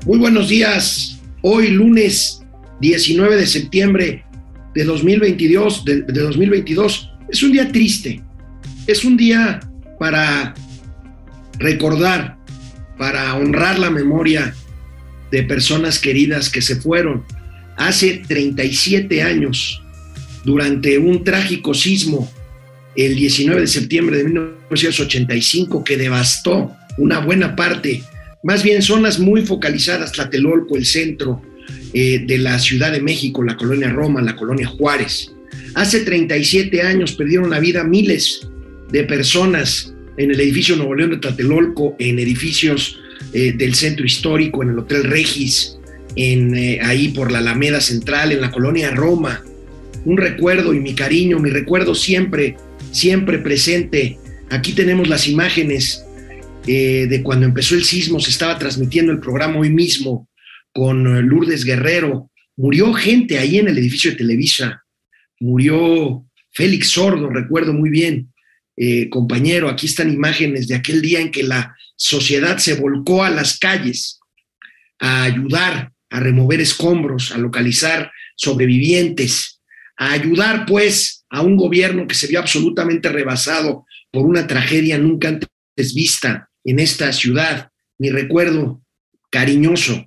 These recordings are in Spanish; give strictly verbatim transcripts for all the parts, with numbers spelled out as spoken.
Muy buenos días. Hoy lunes diecinueve de septiembre de dos mil veintidós, de, de dos mil veintidós. Es un día triste. Es un día para recordar, para honrar la memoria de personas queridas que se fueron hace treinta y siete años durante un trágico sismo el diecinueve de septiembre de mil novecientos ochenta y cinco que devastó una buena parte, más bien zonas muy focalizadas, Tlatelolco, el centro eh, de la Ciudad de México, la colonia Roma, la colonia Juárez. Hace treinta y siete años perdieron la vida miles de personas en el edificio Nuevo León de Tlatelolco, en edificios eh, del centro histórico, en el Hotel Regis, en, eh, ahí por la Alameda Central, en la colonia Roma. Un recuerdo y mi cariño, mi recuerdo siempre, siempre presente. Aquí tenemos las imágenes eh, de cuando empezó el sismo. Se estaba transmitiendo el programa hoy mismo con Lourdes Guerrero. Murió gente ahí en el edificio de Televisa. Murió Félix Sordo, recuerdo muy bien. Eh, compañero, aquí están imágenes de aquel día en que la sociedad se volcó a las calles a ayudar, a remover escombros, a localizar sobrevivientes, a ayudar pues a un gobierno que se vio absolutamente rebasado por una tragedia nunca antes vista en esta ciudad. Mi recuerdo cariñoso,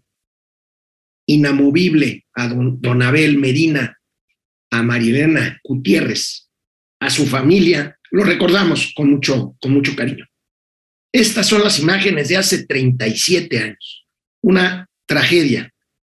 inamovible a don, don Abel Medina, a Marilena Gutiérrez, a su familia, lo recordamos con mucho, con mucho cariño. Estas son las imágenes de hace treinta y siete años, una tragedia.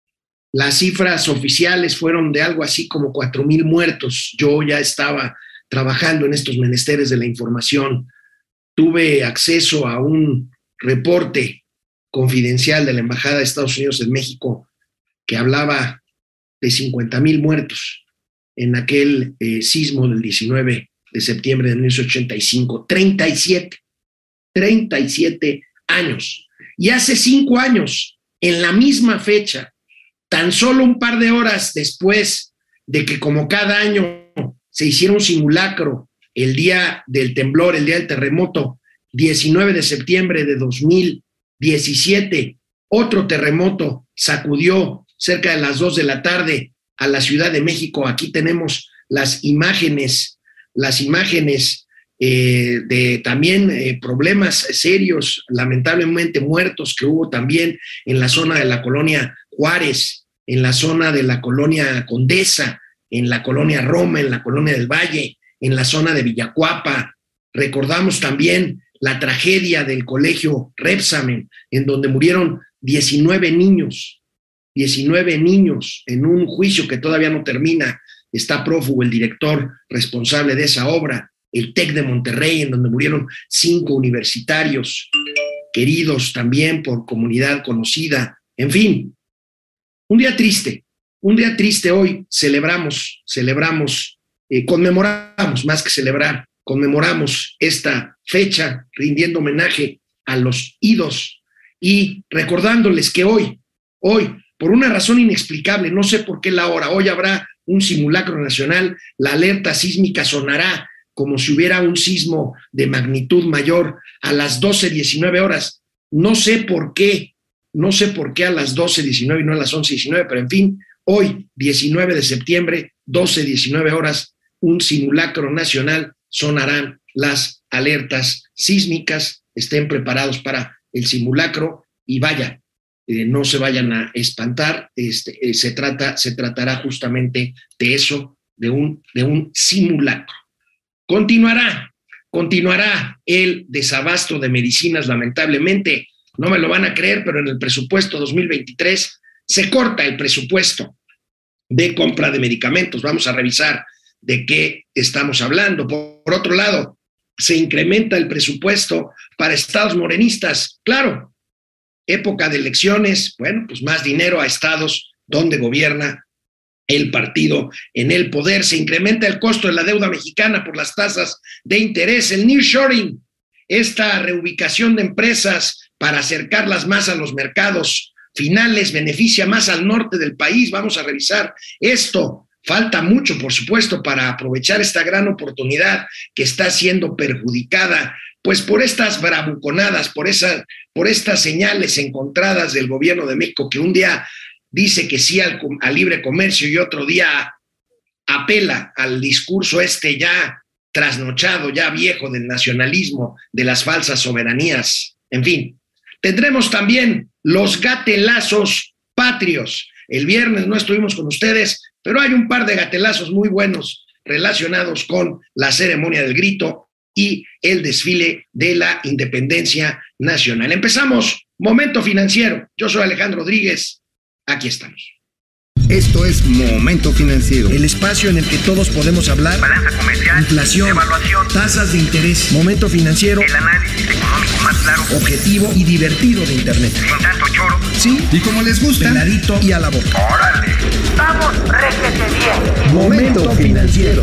Las cifras oficiales fueron de algo así como cuatro mil muertos. Yo ya estaba trabajando en estos menesteres de la información. Tuve acceso a un reporte confidencial de la Embajada de Estados Unidos en México que hablaba de cincuenta mil muertos en aquel eh, sismo del diecinueve de septiembre de mil novecientos ochenta y cinco. treinta y siete, treinta y siete años. Y hace cinco años, en la misma fecha, tan solo un par de horas después de que, como cada año, se hiciera un simulacro el día del temblor, el día del terremoto, diecinueve de septiembre de dos mil diecisiete, otro terremoto sacudió cerca de las dos de la tarde a la Ciudad de México. Aquí tenemos las imágenes, las imágenes eh, de también eh, problemas serios, lamentablemente muertos, que hubo también en la zona de la colonia Juárez, en la zona de la colonia Condesa, en la colonia Roma, en la colonia del Valle, en la zona de Villacuapa. Recordamos también la tragedia del colegio Rebsamen, en donde murieron diecinueve niños, diecinueve niños en un juicio que todavía no termina. Está prófugo el director responsable de esa obra. El TEC de Monterrey, en donde murieron cinco universitarios, queridos también por comunidad conocida. En fin, un día triste, un día triste hoy. Celebramos, celebramos, eh, conmemoramos, más que celebrar, conmemoramos esta fecha, rindiendo homenaje a los idos y recordándoles que hoy, hoy, por una razón inexplicable, no sé por qué la hora, hoy habrá un simulacro nacional, la alerta sísmica sonará como si hubiera un sismo de magnitud mayor a las doce diecinueve horas. No sé por qué, no sé por qué a las doce diecinueve y no a las once diecinueve, pero en fin, hoy, diecinueve de septiembre, doce diecinueve horas, un simulacro nacional, sonarán las alertas sísmicas. Estén preparados para el simulacro y vaya, eh, no se vayan a espantar. Este, eh, se trata, se tratará justamente de eso, de un, de un simulacro. Continuará, continuará el desabasto de medicinas, lamentablemente. No me lo van a creer, pero en el presupuesto dos mil veintitrés se corta el presupuesto de compra de medicamentos. Vamos a revisar de qué estamos hablando. Por, por otro lado, se incrementa el presupuesto para estados morenistas. Claro, época de elecciones, bueno, pues más dinero a estados donde gobierna el partido en el poder. Se incrementa el costo de la deuda mexicana por las tasas de interés. El nearshoring, esta reubicación de empresas para acercarlas más a los mercados finales, beneficia más al norte del país. Vamos a revisar esto. Falta mucho, por supuesto, para aprovechar esta gran oportunidad que está siendo perjudicada pues por estas bravuconadas, por, esa, por estas señales encontradas del gobierno de México, que un día dice que sí al, al libre comercio y otro día apela al discurso este ya trasnochado, ya viejo del nacionalismo, de las falsas soberanías, en fin. Tendremos también los gatelazos patrios. El viernes no estuvimos con ustedes, pero hay un par de gatelazos muy buenos relacionados con la ceremonia del grito y el desfile de la independencia nacional. Empezamos, Momento Financiero. Yo soy Alejandro Rodríguez, aquí estamos. Esto es Momento Financiero, el espacio en el que todos podemos hablar. Balanza comercial, inflación, evaluación, tasas de interés. Momento Financiero, el análisis económico más claro, objetivo y divertido de Internet. sin tanto choro. Sí, y como les gusta, peladito y a la boca. ¡Órale! ¡Vamos, réjete bien! Momento Financiero.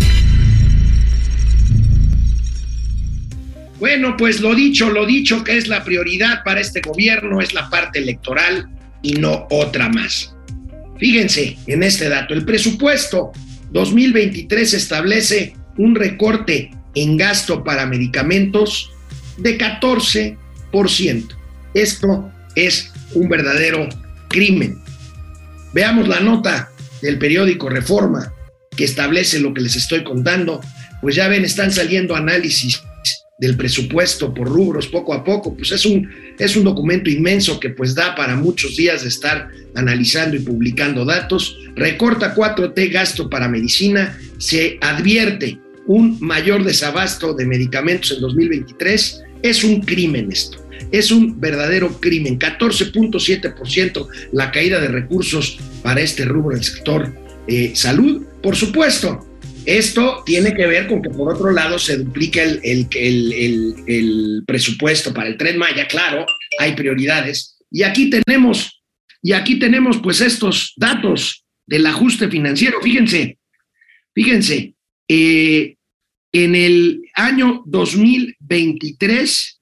Bueno, pues lo dicho, lo dicho, que es la prioridad para este gobierno es la parte electoral y no otra más. Fíjense en este dato, el presupuesto dos mil veintitrés establece un recorte en gasto para medicamentos de catorce por ciento. Esto es un verdadero crimen. Veamos la nota del periódico Reforma que establece lo que les estoy contando. Pues ya ven, están saliendo análisis del presupuesto por rubros poco a poco, pues es un, es un documento inmenso que pues da para muchos días de estar analizando y publicando datos. Recorta cuatro T gasto para medicina, se advierte un mayor desabasto de medicamentos en dos mil veintitrés, es un crimen esto, es un verdadero crimen, catorce punto siete por ciento la caída de recursos para este rubro del sector eh, salud, por supuesto. Esto tiene que ver con que, por otro lado, se duplica el, el, el, el, el presupuesto para el Tren Maya. Claro, hay prioridades. Y aquí tenemos, y aquí tenemos pues estos datos del ajuste financiero. Fíjense, fíjense, eh, en el año dos mil veintitrés,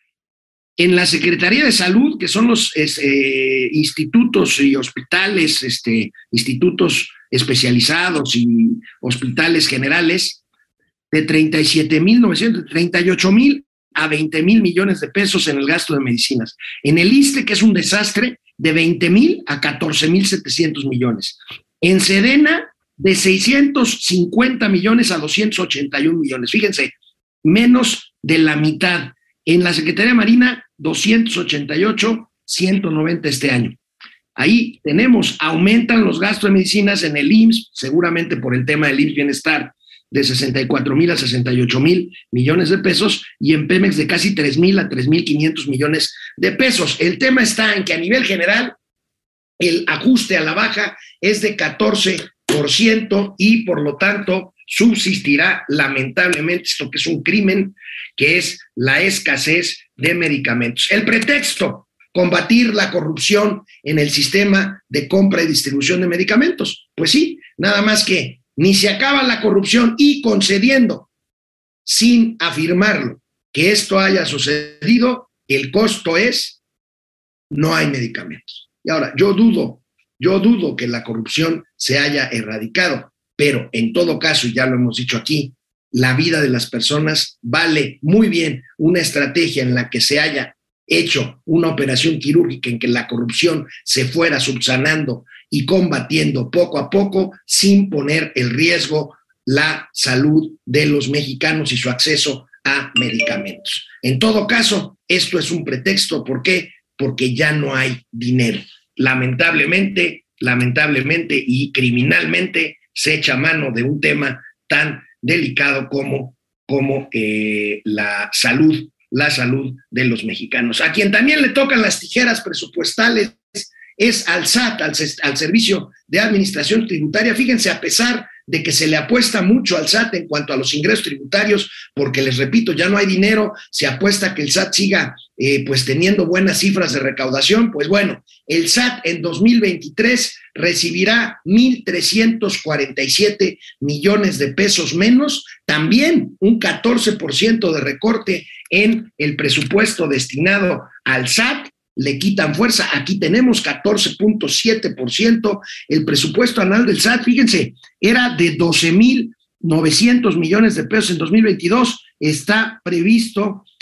en la Secretaría de Salud, que son los eh, institutos y hospitales, este, institutos especializados y hospitales generales, de treinta y siete mil novecientos, treinta y ocho mil a veinte mil millones de pesos en el gasto de medicinas. En el ISSSTE, que es un desastre, de veinte mil a catorce mil setecientos millones. En Sedena, de seiscientos cincuenta millones a doscientos ochenta y un millones. Fíjense, menos de la mitad. En la Secretaría de Marina, doscientos ochenta y ocho, ciento noventa este año. Ahí tenemos, aumentan los gastos de medicinas en el I M S S, seguramente por el tema del I M S S Bienestar, de sesenta y cuatro mil a sesenta y ocho mil millones de pesos, y en Pemex de casi tres mil a tres mil quinientos millones de pesos. El tema está en que a nivel general, el ajuste a la baja es de catorce por ciento y por lo tanto subsistirá lamentablemente esto que es un crimen, que es la escasez de medicamentos. El pretexto, combatir la corrupción en el sistema de compra y distribución de medicamentos. Pues sí, nada más que ni se acaba la corrupción y concediendo, sin afirmarlo, que esto haya sucedido, el costo es, no hay medicamentos. Y ahora, yo dudo, yo dudo que la corrupción se haya erradicado, pero en todo caso, ya lo hemos dicho aquí, la vida de las personas vale muy bien una estrategia en la que se haya hecho una operación quirúrgica en que la corrupción se fuera subsanando y combatiendo poco a poco sin poner en riesgo la salud de los mexicanos y su acceso a medicamentos. En todo caso, esto es un pretexto. ¿Por qué? Porque ya no hay dinero. Lamentablemente, lamentablemente y criminalmente se echa mano de un tema tan delicado como, como eh, la salud, la salud de los mexicanos. A quien también le tocan las tijeras presupuestales es al S A T, al, al Servicio de Administración Tributaria. Fíjense, a pesar de que se le apuesta mucho al S A T en cuanto a los ingresos tributarios, porque les repito, ya no hay dinero, se apuesta a que el S A T siga eh, pues teniendo buenas cifras de recaudación. Pues bueno, el S A T en dos mil veintitrés recibirá mil trescientos cuarenta y siete millones de pesos menos, también un catorce por ciento de recorte en el presupuesto destinado al S A T. Le quitan fuerza. Aquí tenemos catorce punto siete por ciento. El presupuesto anual del S A T, fíjense, era de doce mil novecientos millones de pesos en dos mil veintidós. Está previsto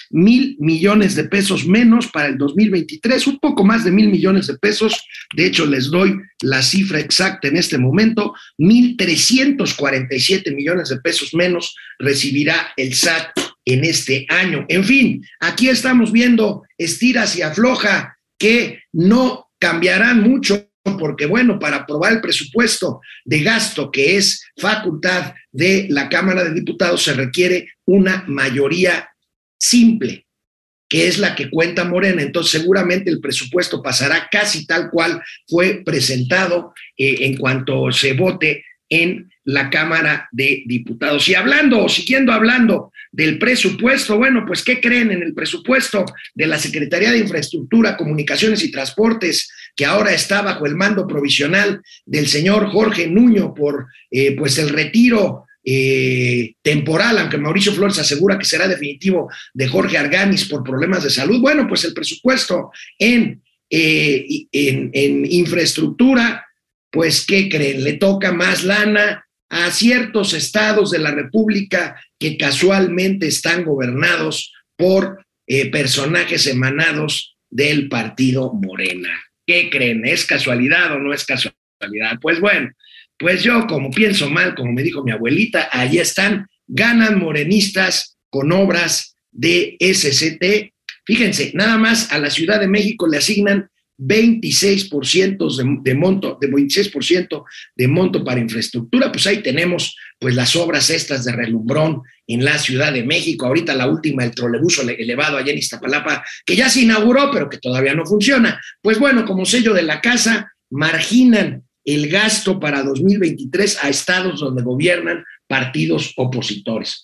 mil millones de pesos menos para el dos mil veintitrés, un poco más de mil millones de pesos. De hecho, les doy la cifra exacta en este momento, mil trescientos cuarenta y siete millones de pesos menos recibirá el S A T en este año. En fin, aquí estamos viendo estiras y afloja que no cambiarán mucho, porque bueno, para aprobar el presupuesto de gasto, que es facultad de la Cámara de Diputados, se requiere una mayoría simple, que es la que cuenta Morena. Entonces seguramente el presupuesto pasará casi tal cual fue presentado eh, en cuanto se vote en la Cámara de Diputados. Y hablando, o siguiendo hablando del presupuesto, bueno, pues ¿qué creen? En el presupuesto de la Secretaría de Infraestructura, Comunicaciones y Transportes, que ahora está bajo el mando provisional del señor Jorge Nuño por eh, pues el retiro eh, temporal, aunque Mauricio Flores asegura que será definitivo, de Jorge Arganis por problemas de salud. Bueno, pues el presupuesto en, eh, en, en infraestructura, pues ¿qué creen? Le toca más lana a ciertos estados de la República que casualmente están gobernados por eh, personajes emanados del partido Morena. ¿Qué creen? ¿Es casualidad o no es casualidad? Pues bueno, pues yo como pienso mal, como me dijo mi abuelita, allí están, ganan morenistas con obras de S C T. Fíjense, nada más a la Ciudad de México le asignan veintiséis por ciento de, de monto, de veintiséis por ciento de monto para infraestructura. Pues ahí tenemos pues las obras estas de relumbrón en la Ciudad de México. Ahorita la última, el trolebuso elevado allá en Iztapalapa, que ya se inauguró, pero que todavía no funciona. Pues bueno, como sello de la casa, marginan el gasto para dos mil veintitrés a estados donde gobiernan partidos opositores.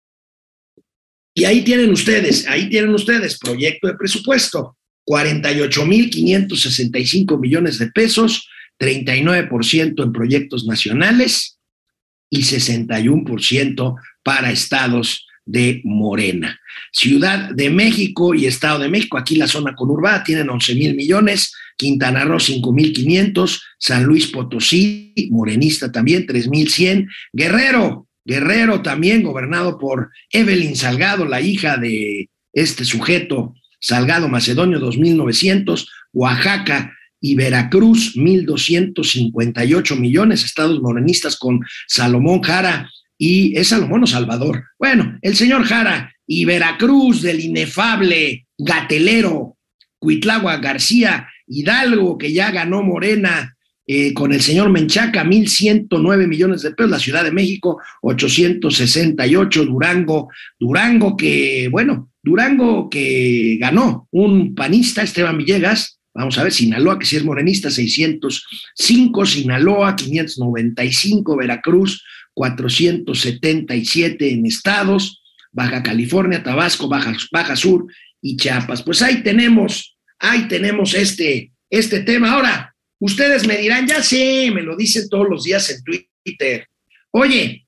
Y ahí tienen ustedes, ahí tienen ustedes, proyecto de presupuesto, cuarenta y ocho mil quinientos sesenta y cinco millones de pesos, treinta y nueve por ciento en proyectos nacionales y sesenta y uno por ciento para estados de Morena. Ciudad de México y Estado de México, aquí la zona conurbada, tienen once mil millones, Quintana Roo cinco mil quinientos, San Luis Potosí, morenista también, tres mil cien, Guerrero, Guerrero también gobernado por Evelyn Salgado, la hija de este sujeto Salgado Macedonio, dos mil novecientos, Oaxaca y Veracruz, mil doscientos cincuenta y ocho millones, estados morenistas con Salomón Jara, y es Salomón o Salvador, bueno, el señor Jara, y Veracruz del inefable Gatelero, Cuitlagua García, Hidalgo, que ya ganó Morena, eh, con el señor Menchaca, mil ciento nueve millones de pesos, la Ciudad de México, ochocientos sesenta y ocho, Durango, Durango que, bueno, Durango que ganó un panista, Esteban Villegas, vamos a ver, Sinaloa, que sí es morenista, seiscientos cinco, Sinaloa, quinientos noventa y cinco, Veracruz, cuatrocientos setenta y siete en estados, Baja California, Tabasco, Baja, Baja Sur y Chiapas. Pues ahí tenemos, ahí tenemos este, este tema. Ahora, ustedes me dirán, ya sé, me lo dicen todos los días en Twitter, oye,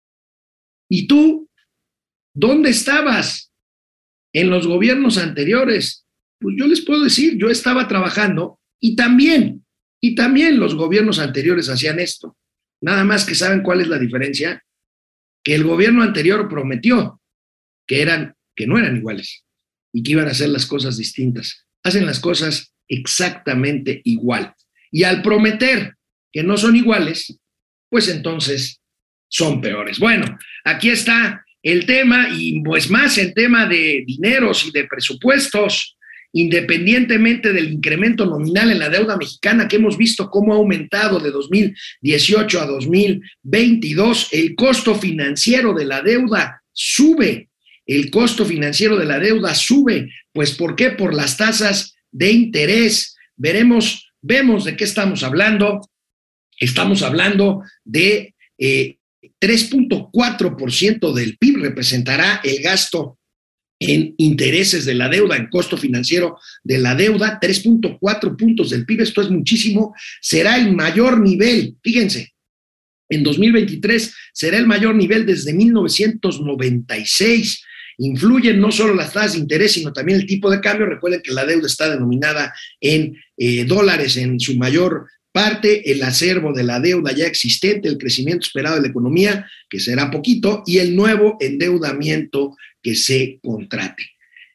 ¿y tú dónde estabas en los gobiernos anteriores? Pues yo les puedo decir, yo estaba trabajando y también, y también los gobiernos anteriores hacían esto. Nada más que ¿saben cuál es la diferencia? Que el gobierno anterior prometió que eran, que no eran iguales y que iban a hacer las cosas distintas. Hacen las cosas exactamente igual. Y al prometer que no son iguales, pues entonces son peores. Bueno, aquí está el tema, y pues más en tema de dineros y de presupuestos, independientemente del incremento nominal en la deuda mexicana, que hemos visto cómo ha aumentado de dos mil dieciocho a dos mil veintidós, el costo financiero de la deuda sube, el costo financiero de la deuda sube, pues ¿por qué? Por las tasas de interés. Veremos, vemos de qué estamos hablando. Estamos hablando de eh, tres punto cuatro por ciento del P I B representará el gasto en intereses de la deuda, en costo financiero de la deuda, tres punto cuatro puntos del P I B, esto es muchísimo, será el mayor nivel, fíjense, en dos mil veintitrés será el mayor nivel desde mil novecientos noventa y seis. Influyen no solo las tasas de interés, sino también el tipo de cambio. Recuerden que la deuda está denominada en eh, dólares en su mayor parte, el acervo de la deuda ya existente, el crecimiento esperado de la economía, que será poquito, y el nuevo endeudamiento que se contrate.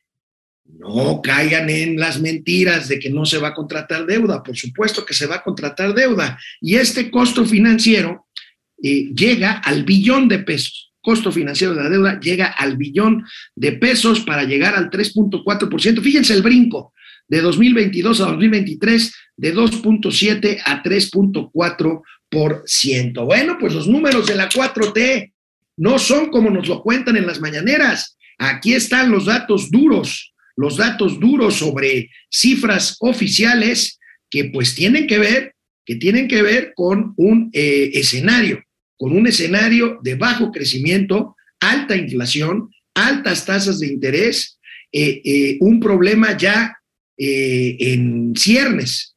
No caigan en las mentiras de que no se va a contratar deuda. Por supuesto que se va a contratar deuda. Y este costo financiero eh, llega al billón de pesos. Costo financiero de la deuda llega al billón de pesos para llegar al tres punto cuatro por ciento. Fíjense el brinco de dos mil veintidós a dos mil veintitrés, de dos punto siete a tres punto cuatro por ciento. Bueno, pues los números de la cuatro T no son como nos lo cuentan en las mañaneras. Aquí están los datos duros. los datos duros sobre cifras oficiales que pues tienen que ver, que tienen que ver con un eh, escenario, con un escenario de bajo crecimiento, alta inflación, altas tasas de interés, eh, eh, un problema ya eh, en ciernes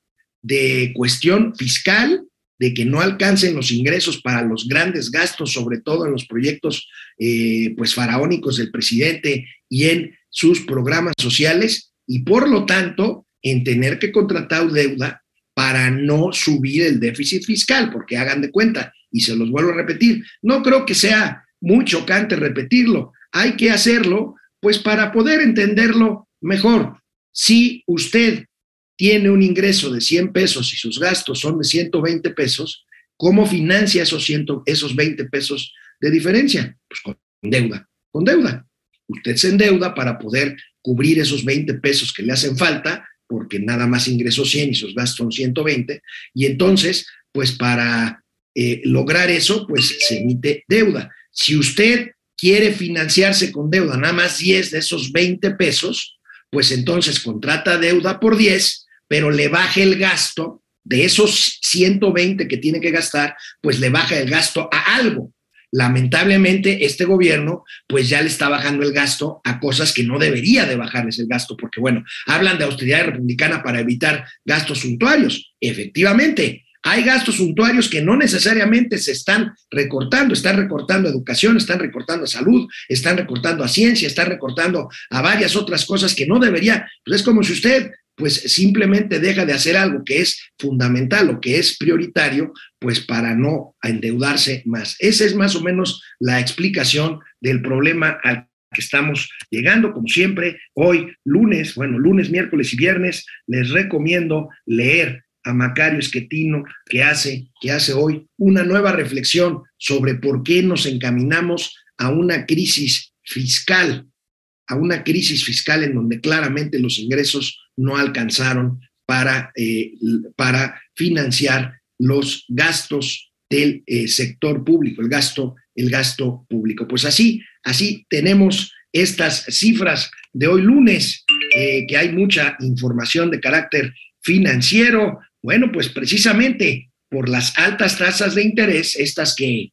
de cuestión fiscal, de que no alcancen los ingresos para los grandes gastos, sobre todo en los proyectos eh, pues faraónicos del presidente y en sus programas sociales, y por lo tanto en tener que contratar deuda para no subir el déficit fiscal, porque hagan de cuenta, y se los vuelvo a repetir, no creo que sea muy chocante repetirlo, hay que hacerlo pues para poder entenderlo mejor. Si usted tiene un ingreso de cien pesos y sus gastos son de ciento veinte pesos, ¿cómo financia esos, cien, esos veinte pesos de diferencia? Pues con deuda, con deuda. Usted se endeuda para poder cubrir esos veinte pesos que le hacen falta, porque nada más ingresó cien y sus gastos son ciento veinte, y entonces, pues para eh, lograr eso, pues se emite deuda. Si usted quiere financiarse con deuda, nada más diez de esos veinte pesos, pues entonces contrata deuda por diez, pero le baja el gasto de esos ciento veinte que tiene que gastar, pues le baja el gasto a algo. Lamentablemente, este gobierno pues ya le está bajando el gasto a cosas que no debería de bajarles el gasto, porque bueno, hablan de austeridad republicana para evitar gastos suntuarios. Efectivamente, hay gastos suntuarios que no necesariamente se están recortando, están recortando educación, están recortando salud, están recortando a ciencia, están recortando a varias otras cosas que no debería. Pues es como si usted pues simplemente deja de hacer algo que es fundamental o que es prioritario, pues para no endeudarse más. Esa es más o menos la explicación del problema al que estamos llegando. Como siempre, hoy lunes, bueno, lunes, miércoles y viernes, les recomiendo leer a Macario Esquetino, que hace, que hace hoy una nueva reflexión sobre por qué nos encaminamos a una crisis fiscal, a una crisis fiscal en donde claramente los ingresos no alcanzaron para, eh, para financiar los gastos del eh, sector público, el gasto, el gasto público. Pues así, así tenemos estas cifras de hoy lunes, eh, que hay mucha información de carácter financiero. Bueno, pues precisamente por las altas tasas de interés, estas que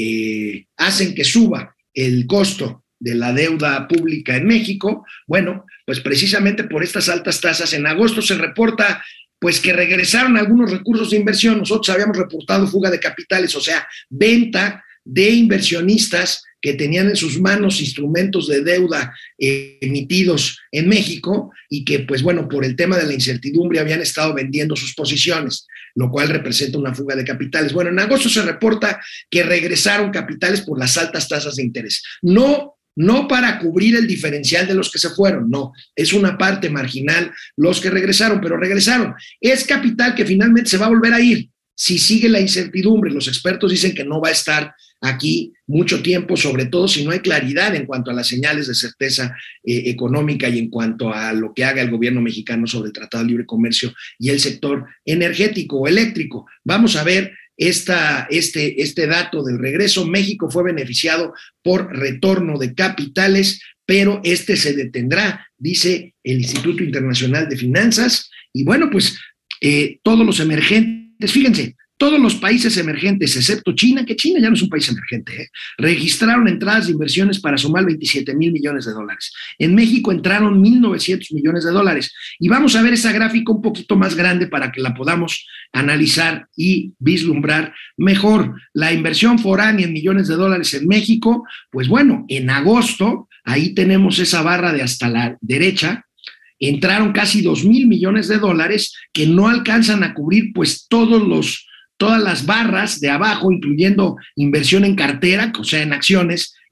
eh, hacen que suba el costo de la deuda pública en México, bueno, pues precisamente por estas altas tasas, en agosto se reporta pues que regresaron algunos recursos de inversión. Nosotros habíamos reportado fuga de capitales, o sea, venta de inversionistas que tenían en sus manos instrumentos de deuda eh, emitidos en México y que, pues bueno, por el tema de la incertidumbre habían estado vendiendo sus posiciones, lo cual representa una fuga de capitales. Bueno, en agosto se reporta que regresaron capitales por las altas tasas de interés. No No para cubrir el diferencial de los que se fueron, no, es una parte marginal los que regresaron, pero regresaron. Es capital que finalmente se va a volver a ir si sigue la incertidumbre. Los expertos dicen que no va a estar aquí mucho tiempo, sobre todo si no hay claridad en cuanto a las señales de certeza eh, económica y en cuanto a lo que haga el gobierno mexicano sobre el Tratado de Libre Comercio y el sector energético o eléctrico. Vamos a ver Esta, este, este dato del regreso. México fue beneficiado por retorno de capitales, pero este se detendrá, dice el Instituto Internacional de Finanzas. Y bueno, pues eh, todos los emergentes, fíjense, todos los países emergentes, excepto China, que China ya no es un país emergente, ¿eh? registraron entradas de inversiones para sumar veintisiete mil millones de dólares. En México entraron mil novecientos millones de dólares. Y vamos a ver esa gráfica un poquito más grande para que la podamos analizar y vislumbrar mejor. La inversión foránea en millones de dólares en México, pues bueno, en agosto, ahí tenemos esa barra de hasta la derecha, entraron casi dos mil millones de dólares que no alcanzan a cubrir pues todos los todas las barras de abajo, incluyendo inversión en cartera, o sea, en acciones,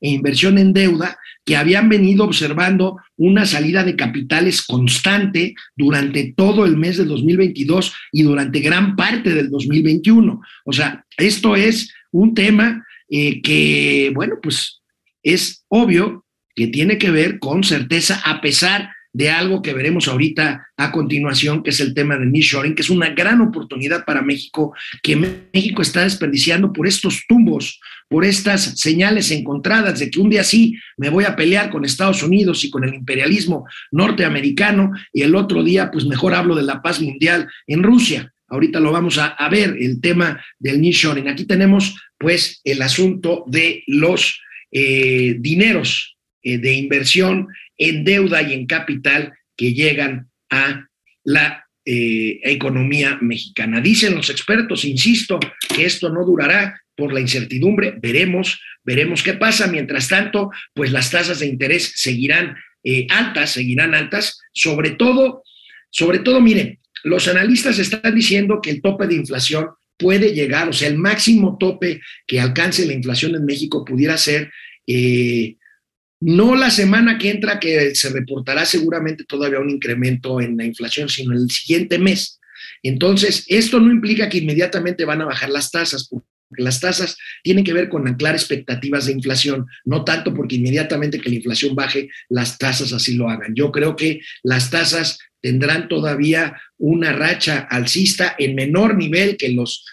e inversión en deuda, que habían venido observando una salida de capitales constante durante todo el mes del dos mil veintidós y durante gran parte del dos mil veintiuno. O sea, esto es un tema eh, que, bueno, pues es obvio que tiene que ver con certeza, a pesar de algo que veremos ahorita a continuación, que es el tema del nearshoring, que es una gran oportunidad para México, que México está desperdiciando por estos tumbos, por estas señales encontradas de que un día sí me voy a pelear con Estados Unidos y con el imperialismo norteamericano, y el otro día pues mejor hablo de la paz mundial en Rusia. Ahorita lo vamos a, a ver, el tema del nearshoring. Aquí tenemos pues el asunto de los eh, dineros eh, de inversión en deuda y en capital que llegan a la eh, economía mexicana. Dicen los expertos, insisto, que esto no durará por la incertidumbre. Veremos, veremos qué pasa. Mientras tanto, pues las tasas de interés seguirán eh, altas, seguirán altas, sobre todo, sobre todo, miren, los analistas están diciendo que el tope de inflación puede llegar, o sea, el máximo tope que alcance la inflación en México pudiera ser eh, no la semana que entra, que se reportará seguramente todavía un incremento en la inflación, sino el siguiente mes. Entonces, esto no implica que inmediatamente van a bajar las tasas, porque las tasas tienen que ver con anclar expectativas de inflación, no tanto porque inmediatamente que la inflación baje, las tasas así lo hagan. Yo creo que las tasas tendrán todavía una racha alcista en menor nivel que los,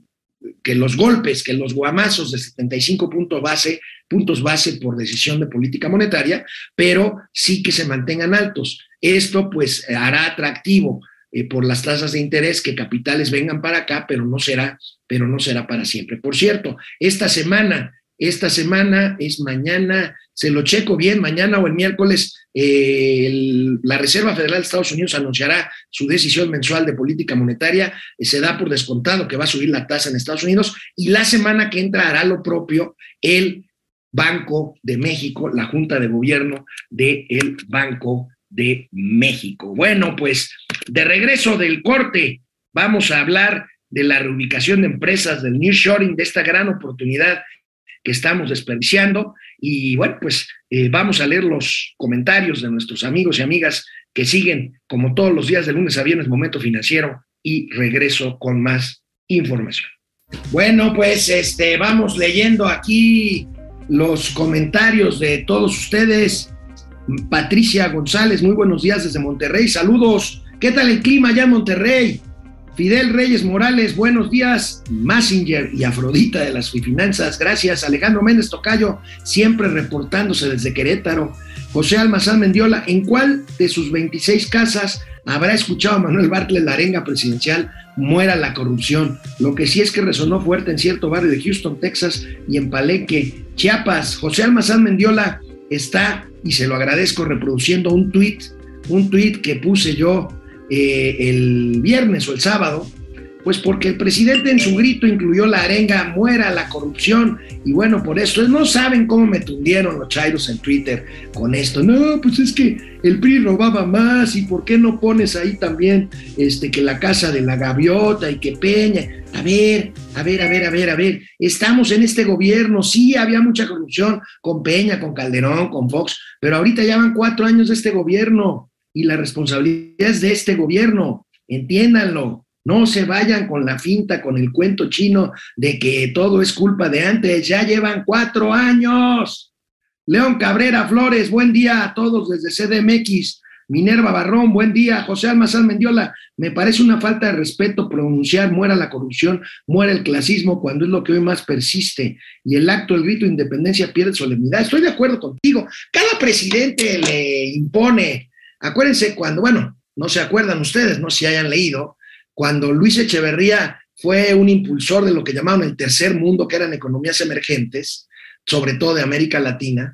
que los golpes, que los guamazos de setenta y cinco puntos base, puntos base por decisión de política monetaria, pero sí que se mantengan altos. Esto pues hará atractivo eh, por las tasas de interés que capitales vengan para acá, pero no será, pero no será para siempre. Por cierto, esta semana, esta semana es mañana, se lo checo bien, mañana o el miércoles, eh, el, la Reserva Federal de Estados Unidos anunciará su decisión mensual de política monetaria, eh, se da por descontado que va a subir la tasa en Estados Unidos, y la semana que entra hará lo propio el Banco de México, la Junta de Gobierno del Banco de México. Bueno, pues de regreso del corte, vamos a hablar de la reubicación de empresas, del nearshoring, de esta gran oportunidad que estamos desperdiciando. Y bueno, pues eh, vamos a leer los comentarios de nuestros amigos y amigas que siguen, como todos los días de lunes a viernes, Momento Financiero, y regreso con más información. Bueno, pues este, vamos leyendo aquí los comentarios de todos ustedes. Patricia González, muy buenos días desde Monterrey, saludos. ¿Qué tal el clima allá en Monterrey? Fidel Reyes Morales, buenos días. Massinger y Afrodita de las Fifinanzas, gracias. Alejandro Méndez Tocayo, siempre reportándose desde Querétaro. José Almazán Mendiola, ¿en cuál de sus veintiséis casas habrá escuchado a Manuel Bartlett la arenga presidencial "muera la corrupción"? Lo que sí es que resonó fuerte en cierto barrio de Houston, Texas, y en Palenque, Chiapas. José Almazán Mendiola está, y se lo agradezco, reproduciendo un tuit, un tuit que puse yo eh, el viernes o el sábado, pues porque el presidente en su grito incluyó la arenga "muera la corrupción", y bueno, por eso no saben cómo me tundieron los chairos en Twitter con esto. No, pues es que el P R I robaba más, y ¿por qué no pones ahí también este, que la Casa de la Gaviota y que Peña? A ver, a ver, a ver, a ver, a ver, estamos en este gobierno, sí había mucha corrupción con Peña, con Calderón, con Fox, pero ahorita ya van cuatro años de este gobierno, y la responsabilidad es de este gobierno, entiéndanlo. No se vayan con la finta, con el cuento chino de que todo es culpa de antes. Ya llevan cuatro años. León Cabrera Flores, buen día a todos desde C D M X. Minerva Barrón, buen día. José Almazán Mendiola, me parece una falta de respeto pronunciar "muera la corrupción, muera el clasismo", cuando es lo que hoy más persiste, y el acto del grito de independencia pierde solemnidad. Estoy de acuerdo contigo. Cada presidente le impone. Acuérdense cuando, bueno, no se acuerdan ustedes, no sé si hayan leído, cuando Luis Echeverría fue un impulsor de lo que llamaban el tercer mundo, que eran economías emergentes, sobre todo de América Latina.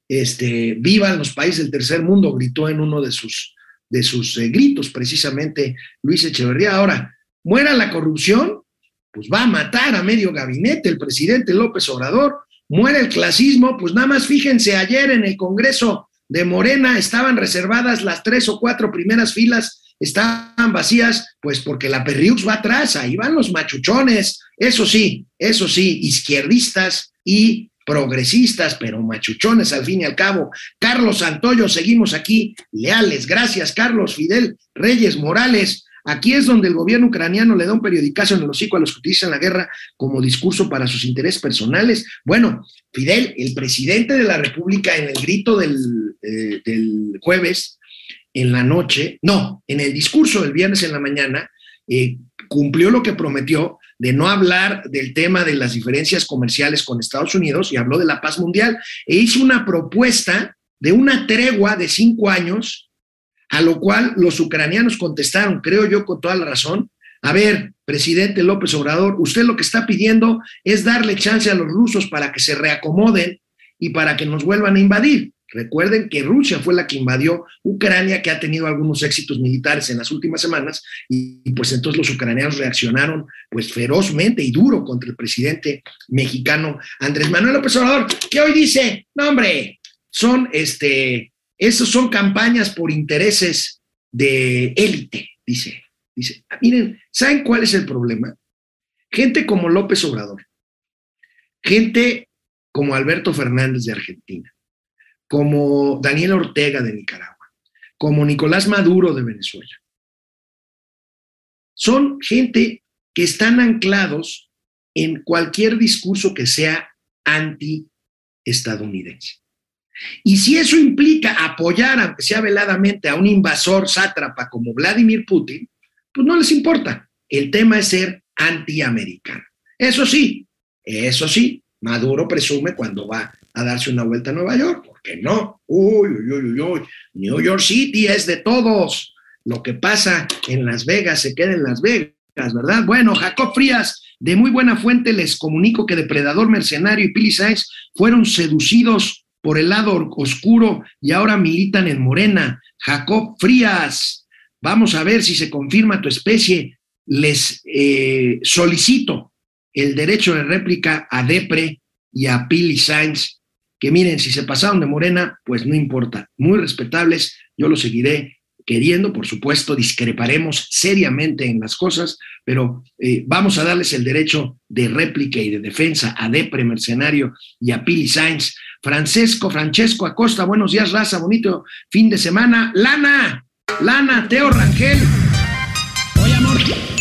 Este, "vivan los países del tercer mundo", gritó en uno de sus, de sus eh, gritos precisamente Luis Echeverría. Ahora, "muera la corrupción", pues va a matar a medio gabinete el presidente López Obrador. "Muera el clasismo", pues nada más fíjense, ayer en el Congreso de Morena estaban reservadas las tres o cuatro primeras filas, estaban vacías, pues porque la Perriux va atrás, ahí van los machuchones, eso sí, eso sí, izquierdistas y progresistas, pero machuchones al fin y al cabo. Carlos Santoyo, seguimos aquí, leales. Gracias, Carlos. Fidel Reyes Morales. Aquí es donde el gobierno ucraniano le da un periodicazo en el hocico a los que utilizan la guerra como discurso para sus intereses personales. Bueno, Fidel, el presidente de la República, en el grito del, eh, del jueves en la noche, no, en el discurso del viernes en la mañana, eh, cumplió lo que prometió de no hablar del tema de las diferencias comerciales con Estados Unidos y habló de la paz mundial e hizo una propuesta de una tregua de cinco años, a lo cual los ucranianos contestaron, creo yo con toda la razón, a ver, presidente López Obrador, usted lo que está pidiendo es darle chance a los rusos para que se reacomoden y para que nos vuelvan a invadir. Recuerden que Rusia fue la que invadió Ucrania, que ha tenido algunos éxitos militares en las últimas semanas, y, y pues entonces los ucranianos reaccionaron pues ferozmente y duro contra el presidente mexicano Andrés Manuel López Obrador, que hoy dice, no hombre, son este, esos son campañas por intereses de élite, dice, dice, miren, ¿saben cuál es el problema? Gente como López Obrador, gente como Alberto Fernández de Argentina, como Daniel Ortega de Nicaragua, como Nicolás Maduro de Venezuela. Son gente que están anclados en cualquier discurso que sea anti-estadounidense. Y si eso implica apoyar, aunque sea veladamente, a un invasor sátrapa como Vladimir Putin, pues no les importa. El tema es ser antiamericano. Eso sí, eso sí, Maduro presume cuando va a darse una vuelta a Nueva York, porque no, uy, uy, uy, uy, New York City es de todos, lo que pasa en Las Vegas se queda en Las Vegas, ¿verdad? Bueno, Jacob Frías, de muy buena fuente les comunico que Depredador Mercenario y Pili Sáenz fueron seducidos por el lado oscuro y ahora militan en Morena. Jacob Frías, vamos a ver si se confirma tu especie, les eh, solicito el derecho de réplica a Depre y a Pili Sáenz, que miren, si se pasaron de Morena, pues no importa, muy respetables, yo los seguiré queriendo, por supuesto, discreparemos seriamente en las cosas, pero eh, vamos a darles el derecho de réplica y de defensa a Depre Mercenario y a Pili Sáenz. Francesco, Francesco Acosta, buenos días, raza, bonito fin de semana. Lana, Lana, Teo Rangel. Oye, amor.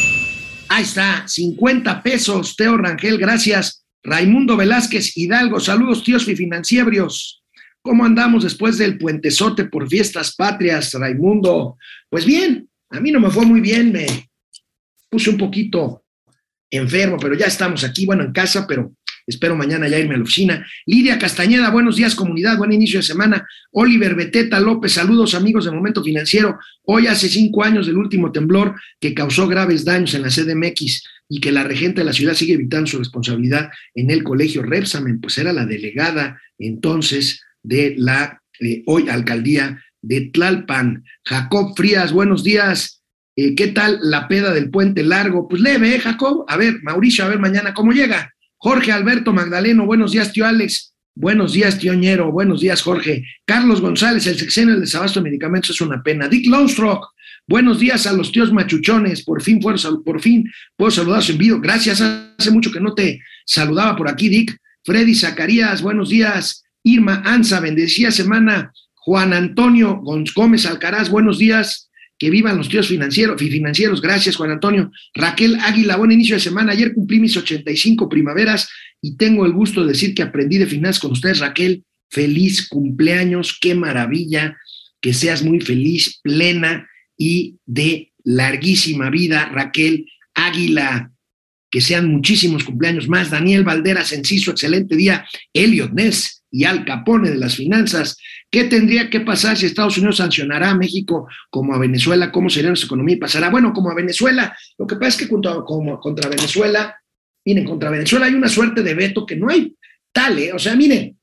Ahí está, cincuenta pesos, Teo Rangel, gracias. Raimundo Velázquez Hidalgo, saludos tíos financieros. ¿Cómo andamos después del puentezote por fiestas patrias, Raimundo? Pues bien, a mí no me fue muy bien, me puse un poquito enfermo, pero ya estamos aquí, bueno, en casa, pero espero mañana ya irme a la oficina. Lidia Castañeda, buenos días comunidad, buen inicio de semana. Oliver Beteta López, saludos amigos de Momento Financiero. Hoy hace cinco años del último temblor que causó graves daños en la C D M X y que la regente de la ciudad sigue evitando su responsabilidad en el colegio Repsamen, pues era la delegada entonces de la eh, hoy alcaldía de Tlalpan. Jacob Frías, buenos días. Eh, ¿Qué tal la peda del Puente Largo? Pues leve, ¿eh, Jacob? A ver, Mauricio, a ver mañana cómo llega. Jorge Alberto Magdaleno, buenos días, tío Alex. Buenos días, tío Ñero. Buenos días, Jorge. Carlos González, el sexenio del desabasto de medicamentos es una pena. Dick Longstrock, buenos días a los tíos machuchones. Por fin, fueron, por fin puedo saludar a su envío. Gracias, hace mucho que no te saludaba por aquí, Dick. Freddy Zacarías, buenos días. Irma Anza, bendecida semana. Juan Antonio Gómez Alcaraz, buenos días. Que vivan los tíos financieros, financieros. Gracias, Juan Antonio. Raquel Águila, buen inicio de semana. Ayer cumplí mis ochenta y cinco primaveras y tengo el gusto de decir que aprendí de finanzas con ustedes. Raquel, feliz cumpleaños, qué maravilla, que seas muy feliz, plena y de larguísima vida, Raquel Águila. Que sean muchísimos cumpleaños más. Daniel Valderas Enciso, excelente día. Elliot Ness y Al Capone de las finanzas. ¿Qué tendría que pasar si Estados Unidos sancionará a México como a Venezuela? ¿Cómo sería nuestra economía? Y pasará, bueno, como a Venezuela. Lo que pasa es que contra, como, contra Venezuela, miren, contra Venezuela hay una suerte de veto que no hay tal, ¿eh? O sea, miren,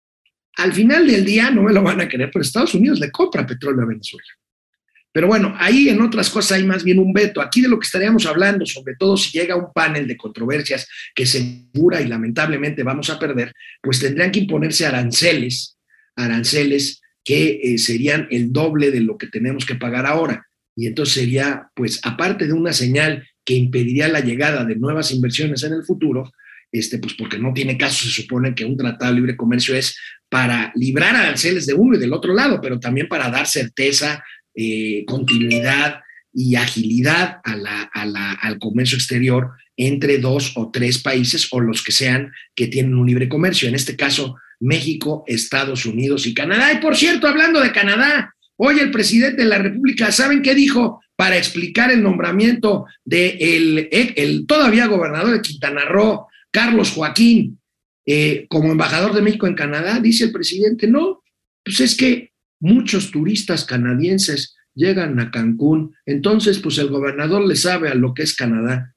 al final del día no me lo van a querer, pero Estados Unidos le compra petróleo a Venezuela. Pero bueno, ahí en otras cosas hay más bien un veto. Aquí de lo que estaríamos hablando, sobre todo si llega un panel de controversias que segura y lamentablemente vamos a perder, pues tendrían que imponerse aranceles, aranceles que eh, serían el doble de lo que tenemos que pagar ahora. Y entonces sería, pues, aparte de una señal que impediría la llegada de nuevas inversiones en el futuro, este, pues porque no tiene caso, se supone que un tratado de libre comercio es para librar aranceles de uno y del otro lado, pero también para dar certeza, eh, continuidad y agilidad a la, a la, al comercio exterior entre dos o tres países o los que sean que tienen un libre comercio. En este caso, México, Estados Unidos y Canadá. Y por cierto, hablando de Canadá, hoy el presidente de la República, ¿saben qué dijo para explicar el nombramiento de el, el todavía gobernador de Quintana Roo, Carlos Joaquín, eh, como embajador de México en Canadá? Dice el presidente, no, pues es que muchos turistas canadienses llegan a Cancún, entonces pues el gobernador le sabe a lo que es Canadá.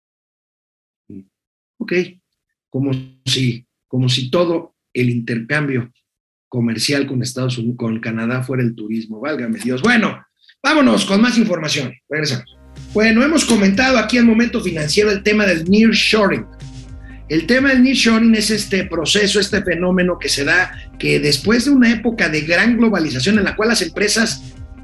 Ok, como si, como si todo el intercambio comercial con Estados Unidos, con Canadá fuera el turismo, válgame Dios. Bueno, vámonos con más información, regresamos. Bueno, hemos comentado aquí en Momento Financiero el tema del nearshoring. El tema del nearshoring es este proceso, este fenómeno que se da, que después de una época de gran globalización en la cual las empresas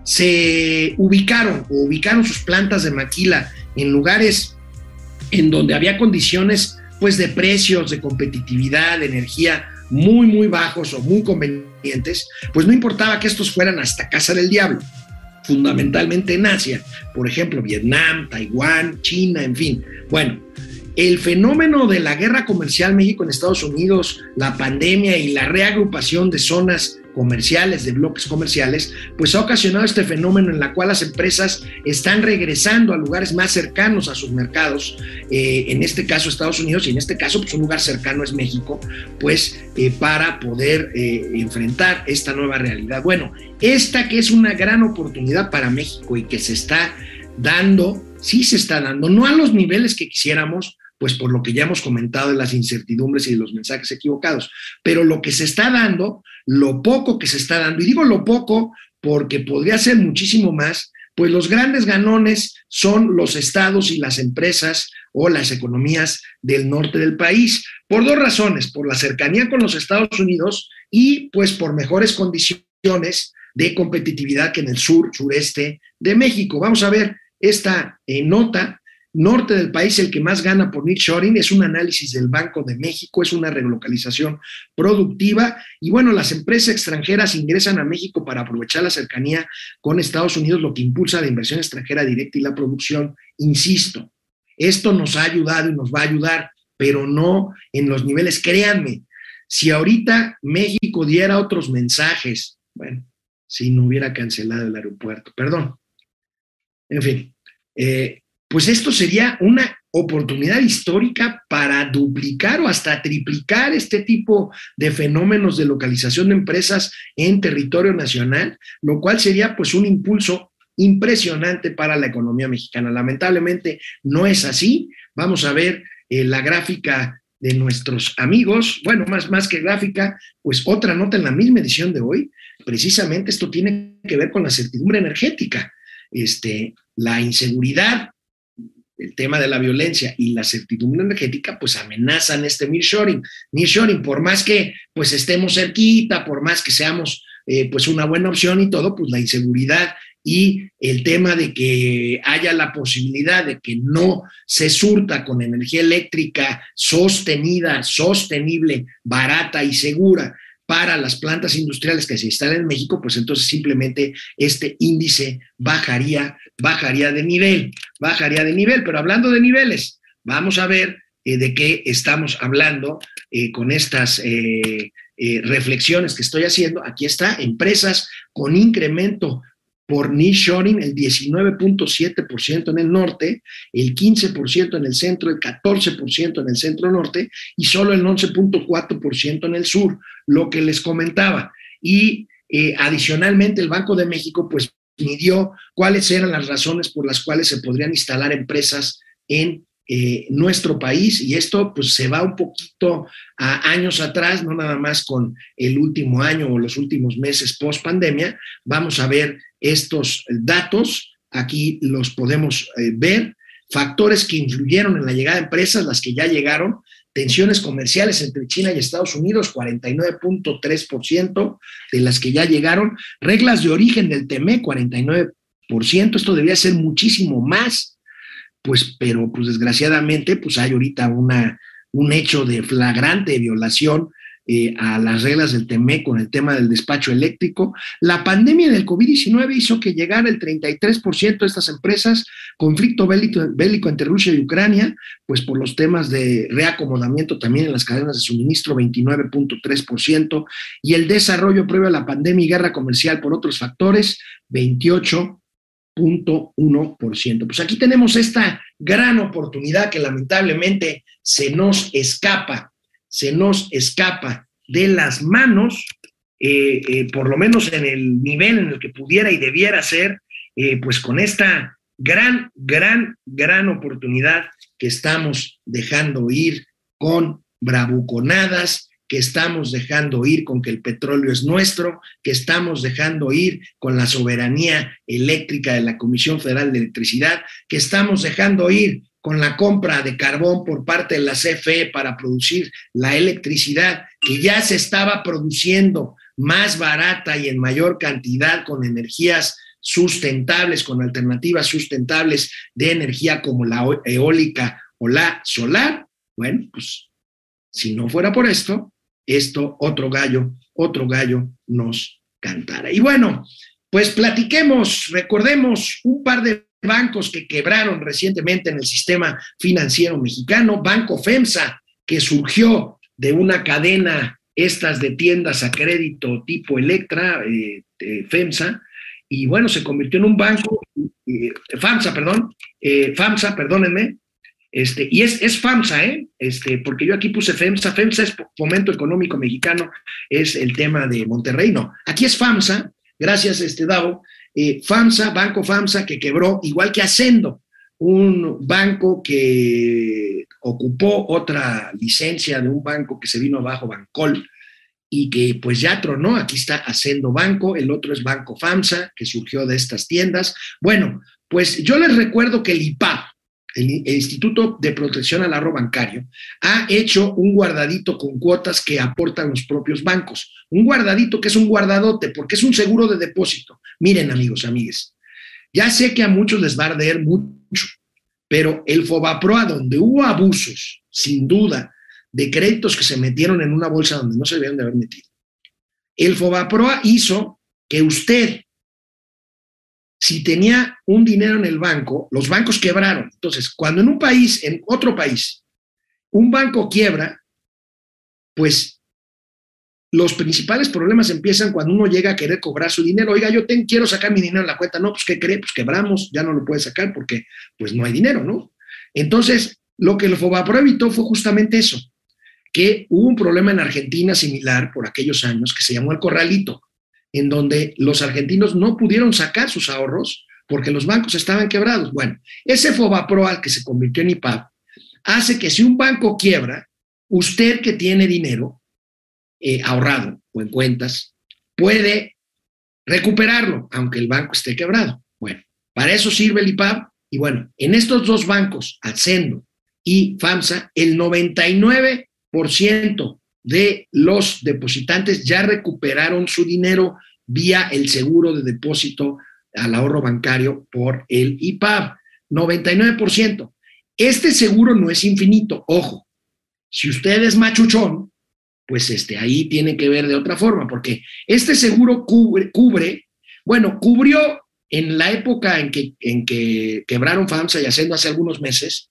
se ubicaron o ubicaron sus plantas de maquila en lugares en donde había condiciones pues de precios, de competitividad, de energía muy, muy bajos o muy convenientes, pues no importaba que estos fueran hasta casa del diablo, fundamentalmente en Asia, por ejemplo, Vietnam, Taiwán, China, en fin. Bueno, el fenómeno de la guerra comercial México en Estados Unidos, la pandemia y la reagrupación de zonas comerciales, de bloques comerciales, pues ha ocasionado este fenómeno en la cual las empresas están regresando a lugares más cercanos a sus mercados, eh, en este caso Estados Unidos, y en este caso pues un lugar cercano es México, pues eh, para poder eh, enfrentar esta nueva realidad. Bueno, esta que es una gran oportunidad para México y que se está dando, sí se está dando, no a los niveles que quisiéramos, pues por lo que ya hemos comentado de las incertidumbres y de los mensajes equivocados, pero lo que se está dando, lo poco que se está dando, y digo lo poco porque podría ser muchísimo más, pues los grandes ganones son los estados y las empresas o las economías del norte del país, por dos razones, por la cercanía con los Estados Unidos y pues por mejores condiciones de competitividad que en el sur, sureste de México. Vamos a ver esta eh, nota. Norte del país, el que más gana por nearshoring, es un análisis del Banco de México, es una relocalización productiva y bueno, las empresas extranjeras ingresan a México para aprovechar la cercanía con Estados Unidos, lo que impulsa la inversión extranjera directa y la producción. Insisto, esto nos ha ayudado y nos va a ayudar, pero no en los niveles, créanme, si ahorita México diera otros mensajes, bueno, si no hubiera cancelado el aeropuerto, perdón, en fin, eh, pues esto sería una oportunidad histórica para duplicar o hasta triplicar este tipo de fenómenos de localización de empresas en territorio nacional, lo cual sería pues un impulso impresionante para la economía mexicana. Lamentablemente no es así. Vamos a ver eh, la gráfica de nuestros amigos, bueno, más, más que gráfica, pues otra nota en la misma edición de hoy. Precisamente esto tiene que ver con la certidumbre energética, este, la inseguridad, el tema de la violencia y la certidumbre energética, pues amenazan este nearshoring. Nearshoring, por más que pues estemos cerquita, por más que seamos eh, pues una buena opción y todo, pues la inseguridad y el tema de que haya la posibilidad de que no se surta con energía eléctrica sostenida, sostenible, barata y segura para las plantas industriales que se instalan en México, pues entonces simplemente este índice bajaría, bajaría de nivel, bajaría de nivel. Pero hablando de niveles, vamos a ver eh, de qué estamos hablando eh, con estas eh, eh, reflexiones que estoy haciendo. Aquí está, empresas con incremento por nearshoring, el diecinueve punto siete por ciento en el norte, el quince por ciento en el centro, el catorce por ciento en el centro norte y solo el once punto cuatro por ciento en el sur, lo que les comentaba. Y eh, adicionalmente el Banco de México pues midió cuáles eran las razones por las cuales se podrían instalar empresas en eh, nuestro país, y esto pues se va un poquito a años atrás, no nada más con el último año o los últimos meses post pandemia. Vamos a ver estos datos, aquí los podemos eh, ver, factores que influyeron en la llegada de empresas, las que ya llegaron, tensiones comerciales entre China y Estados Unidos, cuarenta y nueve punto tres por ciento de las que ya llegaron, reglas de origen del T M E, cuarenta y nueve por ciento, esto debería ser muchísimo más, pues, pero pues desgraciadamente pues hay ahorita una, un hecho de flagrante violación eh, a las reglas del T M E C con el tema del despacho eléctrico. La pandemia del COVID diecinueve hizo que llegara el treinta y tres por ciento de estas empresas, conflicto bélico, bélico entre Rusia y Ucrania, pues por los temas de reacomodamiento también en las cadenas de suministro, veintinueve punto tres por ciento, y el desarrollo previo a la pandemia y guerra comercial por otros factores, veintiocho punto uno por ciento. Pues aquí tenemos esta gran oportunidad que lamentablemente se nos escapa, se nos escapa de las manos, eh, eh, por lo menos en el nivel en el que pudiera y debiera ser, eh, pues con esta gran, gran, gran oportunidad que estamos dejando ir con bravuconadas, que estamos dejando ir con que el petróleo es nuestro, que estamos dejando ir con la soberanía eléctrica de la Comisión Federal de Electricidad, que estamos dejando ir con la compra de carbón por parte de la C F E para producir la electricidad que ya se estaba produciendo más barata y en mayor cantidad con energías sustentables, con alternativas sustentables de energía como la eólica o la solar. Bueno, pues si no fuera por esto, esto otro gallo, otro gallo nos cantara. Y bueno, pues platiquemos, recordemos un par de bancos que quebraron recientemente en el sistema financiero mexicano. Banco FEMSA, que surgió de una cadena estas de tiendas a crédito tipo Electra, eh, eh, FEMSA, y bueno, se convirtió en un banco, eh, FAMSA, perdón, eh, FAMSA, perdónenme, este, y es, es FAMSA, ¿eh? Este, porque yo aquí puse FEMSA, FEMSA es Fomento Económico Mexicano, es el tema de Monterrey, no, aquí es FAMSA, gracias este Davo, eh, FAMSA, Banco FAMSA, que quebró, igual que Hacendo, un banco que ocupó otra licencia de un banco que se vino abajo, Bancol, y que pues ya tronó. Aquí está Hacendo Banco, el otro es Banco FAMSA, que surgió de estas tiendas. Bueno, pues yo les recuerdo que el I P A B, el, el Instituto de Protección al Ahorro Bancario, ha hecho un guardadito con cuotas que aportan los propios bancos. Un guardadito que es un guardadote, porque es un seguro de depósito. Miren, amigos, amigues, ya sé que a muchos les va a arder mucho, pero el FOBAPROA, donde hubo abusos, sin duda, de créditos que se metieron en una bolsa donde no se debían de haber metido, el FOBAPROA hizo que usted, si tenía un dinero en el banco, los bancos quebraron. Entonces, cuando en un país, en otro país, un banco quiebra, pues los principales problemas empiezan cuando uno llega a querer cobrar su dinero. Oiga, yo te, quiero sacar mi dinero en la cuenta. No, pues ¿qué cree? Pues quebramos, ya no lo puede sacar porque pues no hay dinero, ¿no? Entonces, lo que el FOBAPROA evitó fue justamente eso, que hubo un problema en Argentina similar por aquellos años que se llamó el corralito, en donde los argentinos no pudieron sacar sus ahorros porque los bancos estaban quebrados. Bueno, ese FOBAPROA que se convirtió en I P A B hace que si un banco quiebra, usted que tiene dinero eh, ahorrado o en cuentas, puede recuperarlo, aunque el banco esté quebrado. Bueno, para eso sirve el I P A B. Y bueno, en estos dos bancos, Hacendo y FAMSA, el noventa y nueve por ciento de los depositantes ya recuperaron su dinero vía el seguro de depósito al ahorro bancario por el I P A B. noventa y nueve por ciento. Este seguro no es infinito, ojo. Si usted es machuchón, pues este, ahí tiene que ver de otra forma, porque este seguro cubre, cubre bueno, cubrió en la época en que, en que quebraron FAMSA y Hacendo hace algunos meses,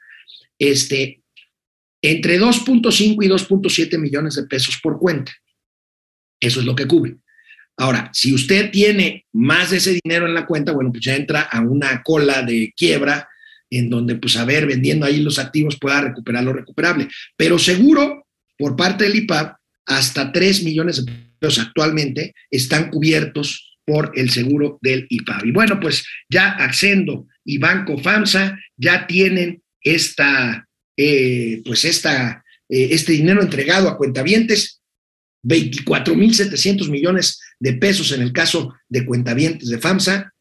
este, entre dos punto cinco y dos punto siete millones de pesos por cuenta. Eso es lo que cubre. Ahora, si usted tiene más de ese dinero en la cuenta, bueno, pues ya entra a una cola de quiebra en donde, pues, a ver, vendiendo ahí los activos pueda recuperar lo recuperable. Pero seguro, por parte del I P A B, hasta tres millones de pesos actualmente están cubiertos por el seguro del I P A B. Y bueno, pues ya Hacendo y Banco FAMSA ya tienen esta... Eh, pues esta, eh, este dinero entregado a cuentavientes, veinticuatro mil setecientos millones de pesos en el caso de cuentavientes de FAMSA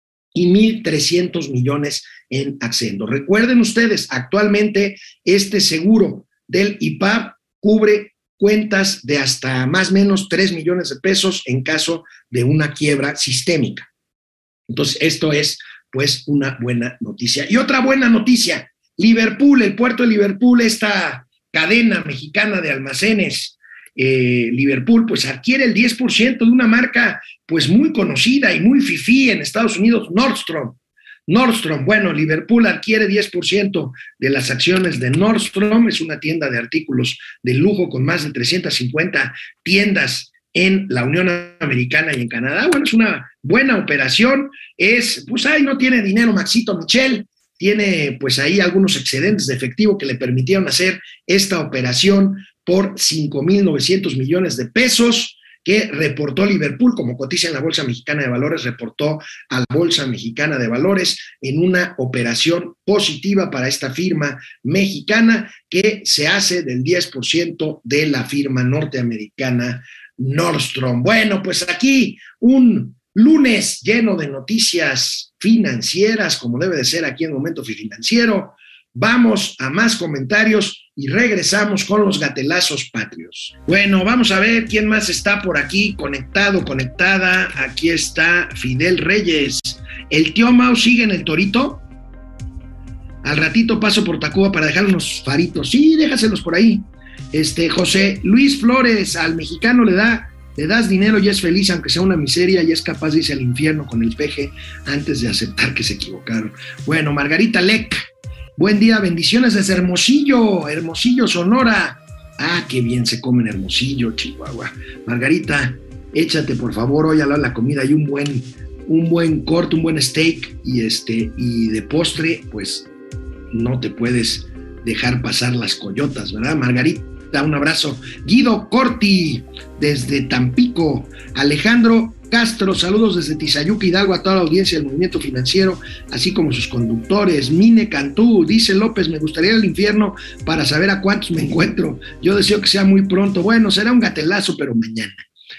y mil trescientos millones en Hacendo. Recuerden ustedes, actualmente este seguro del I P A B cubre cuentas de hasta más o menos tres millones de pesos en caso de una quiebra sistémica. Entonces, esto es pues una buena noticia. Y otra buena noticia, Liverpool, el puerto de Liverpool, esta cadena mexicana de almacenes, eh, Liverpool, pues adquiere el diez por ciento de una marca pues muy conocida y muy fifí en Estados Unidos, Nordstrom. Nordstrom, bueno, Liverpool adquiere diez por ciento de las acciones de Nordstrom, es una tienda de artículos de lujo con más de trescientas cincuenta tiendas en la Unión Americana y en Canadá. Bueno, es una buena operación, es, pues ahí no tiene dinero Maxito Michel, tiene pues ahí algunos excedentes de efectivo que le permitieron hacer esta operación por cinco mil novecientos millones de pesos, que reportó Liverpool, como cotiza en la Bolsa Mexicana de Valores, reportó a la Bolsa Mexicana de Valores en una operación positiva para esta firma mexicana que se hace del diez por ciento de la firma norteamericana Nordstrom. Bueno, pues aquí un lunes lleno de noticias financieras, como debe de ser aquí en Momento Financiero. Vamos a más comentarios y regresamos con los gatelazos patrios. Bueno, vamos a ver quién más está por aquí conectado, conectada. Aquí está Fidel Reyes. ¿El tío Mau sigue en el Torito? Al ratito paso por Tacuba para dejar unos faritos. Sí, déjaselos por ahí. Este, José Luis Flores, al mexicano le da, le das dinero y es feliz, aunque sea una miseria, y es capaz de irse al infierno con el peje antes de aceptar que se equivocaron. Bueno, Margarita Lec. Buen día, bendiciones desde Hermosillo, Hermosillo, Sonora. Ah, qué bien se come en Hermosillo, Chihuahua. Margarita, échate por favor hoy a la, la comida y un buen, un buen corte, un buen steak y este y de postre, pues no te puedes dejar pasar las coyotas, ¿verdad, Margarita? Un abrazo. Guido Corti, desde Tampico. Alejandro Castro, saludos desde Tizayuca, Hidalgo, a toda la audiencia del Movimiento Financiero, así como sus conductores. Mine Cantú, dice López, me gustaría ir al infierno para saber a cuántos me encuentro. Yo deseo que sea muy pronto. Bueno, será un gatelazo, pero mañana.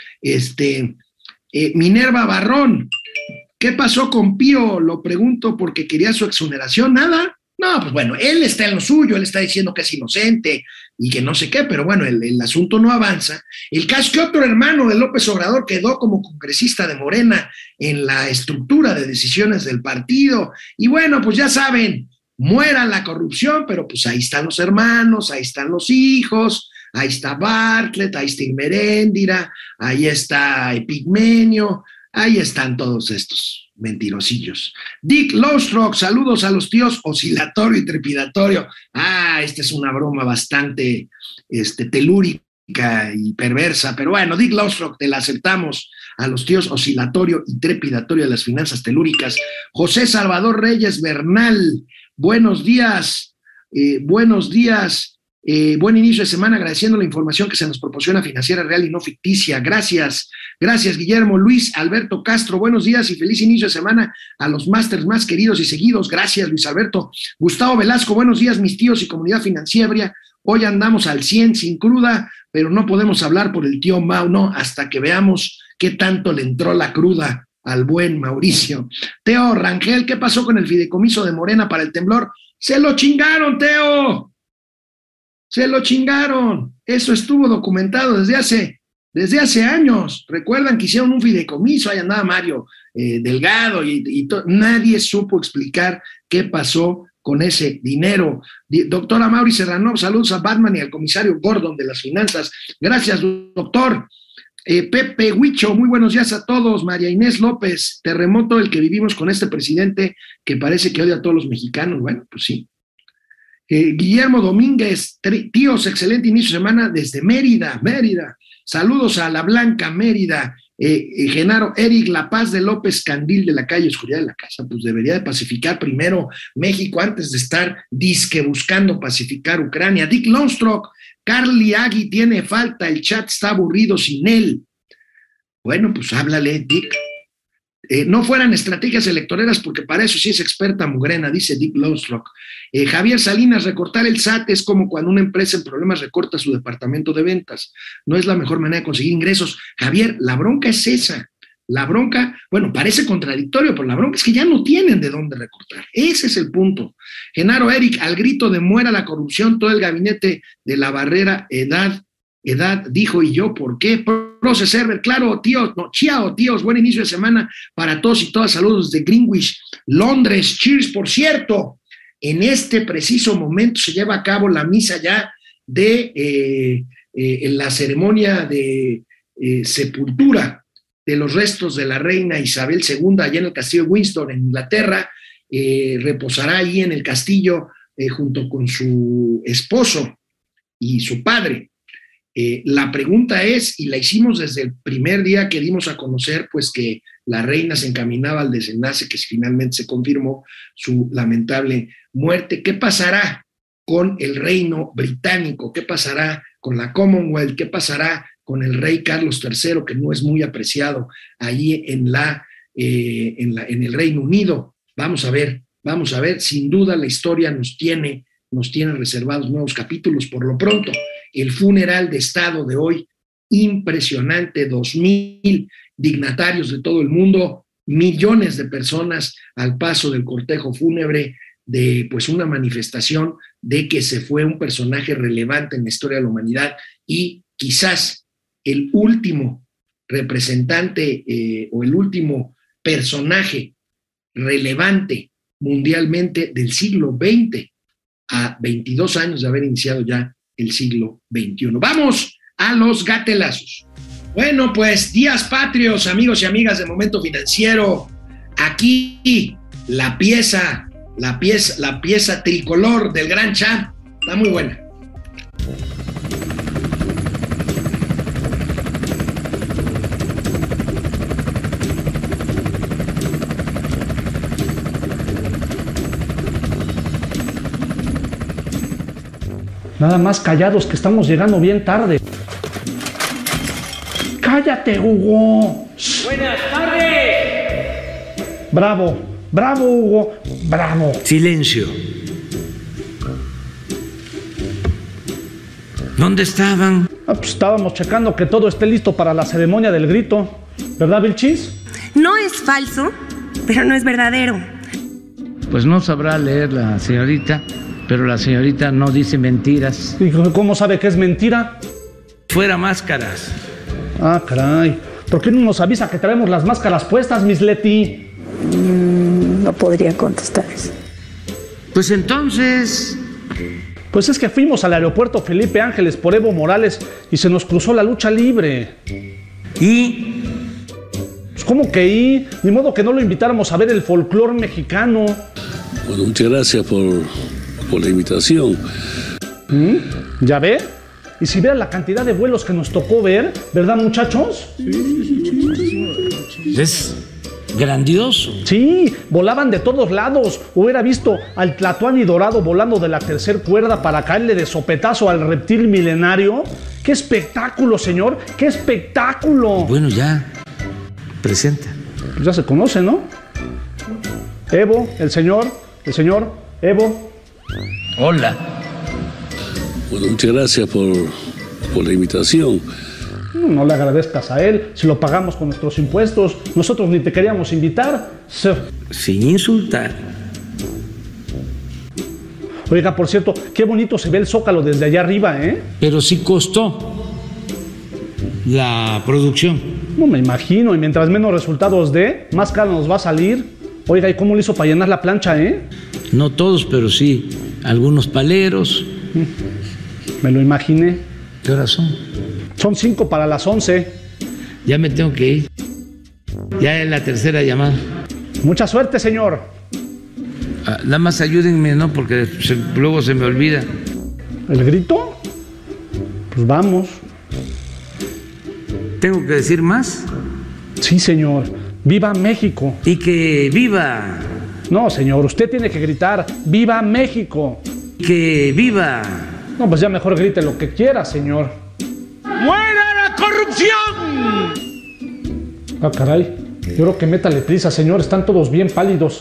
Este, eh, Minerva Barrón, ¿qué pasó con Pío? Lo pregunto porque quería su exoneración. ¿Nada? No, pues bueno, él está en lo suyo, él está diciendo que es inocente y que no sé qué, pero bueno, el, el asunto no avanza. El caso es que otro hermano de López Obrador quedó como congresista de Morena en la estructura de decisiones del partido, y bueno, pues ya saben, muera la corrupción, pero pues ahí están los hermanos, ahí están los hijos, ahí está Bartlett, ahí está Irmeréndira, ahí está Epigmenio, ahí están todos estos mentirosillos. Dick Lowstrock, saludos a los tíos oscilatorio y trepidatorio. Ah, esta es una broma bastante este, telúrica y perversa, pero bueno, Dick Lowstrock, te la aceptamos, a los tíos oscilatorio y trepidatorio de las finanzas telúricas. José Salvador Reyes Bernal, buenos días, eh, buenos días. Eh, buen inicio de semana, agradeciendo la información que se nos proporciona, financiera real y no ficticia. Gracias, gracias Guillermo. Luis Alberto Castro, buenos días y feliz inicio de semana a los másters más queridos y seguidos. Gracias, Luis Alberto. Gustavo Velasco, buenos días mis tíos y comunidad financiera. Hoy andamos al cien sin cruda, pero no podemos hablar por el tío Mau, no, hasta que veamos qué tanto le entró la cruda al buen Mauricio. Teo Rangel, ¿qué pasó con el fideicomiso de Morena para el temblor? ¡Se lo chingaron, Teo! Se lo chingaron. Eso estuvo documentado desde hace, desde hace años. Recuerdan que hicieron un fideicomiso, ahí andaba Mario eh, Delgado y, y to- nadie supo explicar qué pasó con ese dinero. Doctora Mauri Serrano, saludos a Batman y al comisario Gordon de las finanzas. Gracias, doctor. Eh, Pepe Huicho, muy buenos días a todos. María Inés López, terremoto el que vivimos con este presidente que parece que odia a todos los mexicanos. Bueno, pues sí. Eh, Guillermo Domínguez, tri- tíos, excelente inicio de semana desde Mérida, Mérida. Saludos a La Blanca, Mérida. Eh, eh, Genaro Eric La Paz de López Candil de la calle Oscuridad de la Casa, pues debería de pacificar primero México antes de estar disque buscando pacificar Ucrania. Dick Longstock, Carly Agui tiene falta, el chat está aburrido sin él. Bueno, pues háblale, Dick. Eh, no fueran estrategias electoreras porque para eso sí es experta mugrena, dice Dick Lowstrock. Eh, Javier Salinas, recortar el S A T es como cuando una empresa en problemas recorta su departamento de ventas. No es la mejor manera de conseguir ingresos. Javier, la bronca es esa. La bronca, bueno, parece contradictorio, pero la bronca es que ya no tienen de dónde recortar. Ese es el punto. Genaro Eric, al grito de muera la corrupción, todo el gabinete de la barrera edad Edad dijo, ¿y yo por qué? Proce Server, claro, tíos, no, chiao, tíos, buen inicio de semana para todos y todas, saludos de Greenwich, Londres, cheers, por cierto, en este preciso momento se lleva a cabo la misa ya de eh, eh, en la ceremonia de eh, sepultura de los restos de la reina Isabel segunda allá en el castillo de Windsor, en Inglaterra. Eh, reposará ahí en el castillo eh, junto con su esposo y su padre. Eh, la pregunta es, y la hicimos desde el primer día que dimos a conocer, pues que la reina se encaminaba al desenlace, que finalmente se confirmó su lamentable muerte. ¿Qué pasará con el reino británico? ¿Qué pasará con la Commonwealth? ¿Qué pasará con el rey Carlos tercero, que no es muy apreciado allí en, la, eh, en, la, en el Reino Unido? Vamos a ver, vamos a ver. Sin duda la historia nos tiene, nos tiene reservados nuevos capítulos. Por lo pronto, el funeral de Estado de hoy, impresionante, dos mil dignatarios de todo el mundo, millones de personas al paso del cortejo fúnebre, de pues una manifestación de que se fue un personaje relevante en la historia de la humanidad y quizás el último representante eh, o el último personaje relevante mundialmente del siglo veinte, a veintidós años de haber iniciado ya el siglo veintiuno. Vamos a los gatelazos. Bueno, pues días patrios, amigos y amigas de Momento Financiero. Aquí la pieza, la pieza, la pieza tricolor del Gran Champ está muy buena. Nada más callados, que estamos llegando bien tarde. ¡Cállate, Hugo! ¡Buenas tardes! Bravo, bravo, Hugo, bravo. Silencio. ¿Dónde estaban? Ah, pues estábamos checando que todo esté listo para la ceremonia del grito. ¿Verdad, Vilchis? No es falso, pero no es verdadero. Pues no sabrá leer la señorita, pero la señorita no dice mentiras. ¿Y cómo sabe que es mentira? Fuera máscaras. Ah, caray. ¿Por qué no nos avisa que traemos las máscaras puestas, Miss Leti? Mm, no podría contestar eso. Pues entonces... Pues es que fuimos al aeropuerto Felipe Ángeles por Evo Morales y se nos cruzó la lucha libre. ¿Y? Pues ¿cómo que y? Ni modo que no lo invitáramos a ver el folclore mexicano. Bueno, muchas gracias por, por la invitación. ¿Mm? ¿Ya ve? Y si vea la cantidad de vuelos que nos tocó ver, ¿verdad, muchachos? Es grandioso. Sí, volaban de todos lados. Hubiera visto al Tlatoani dorado volando de la tercer cuerda para caerle de sopetazo al reptil milenario. ¡Qué espectáculo, señor! ¡Qué espectáculo! Bueno, ya. Presenta. Pues ya se conoce, ¿no? Evo, el señor, el señor, Evo. Hola. Bueno, muchas gracias por, por la invitación. No, no le agradezcas a él, si lo pagamos con nuestros impuestos. Nosotros ni te queríamos invitar. Se... Sin insultar. Oiga, por cierto, qué bonito se ve el Zócalo desde allá arriba, ¿eh? Pero sí costó la producción. No me imagino, y mientras menos resultados dé, más caro nos va a salir. Oiga, ¿y cómo lo hizo para llenar la plancha, eh? No todos, pero sí algunos paleros. Me lo imaginé. ¿Qué horas son? Son cinco para las once. Ya me tengo que ir. Ya es la tercera llamada. Mucha suerte, señor. Ah, nada más ayúdenme, ¿no? Porque se, luego se me olvida. ¿El grito? Pues vamos. ¿Tengo que decir más? Sí, señor. ¡Viva México! Y que viva. No, señor, usted tiene que gritar ¡Viva México! Que viva. No, pues ya mejor grite lo que quiera, señor. ¡Muera la corrupción! Ah, caray. Yo creo que métale prisa, señor. Están todos bien pálidos.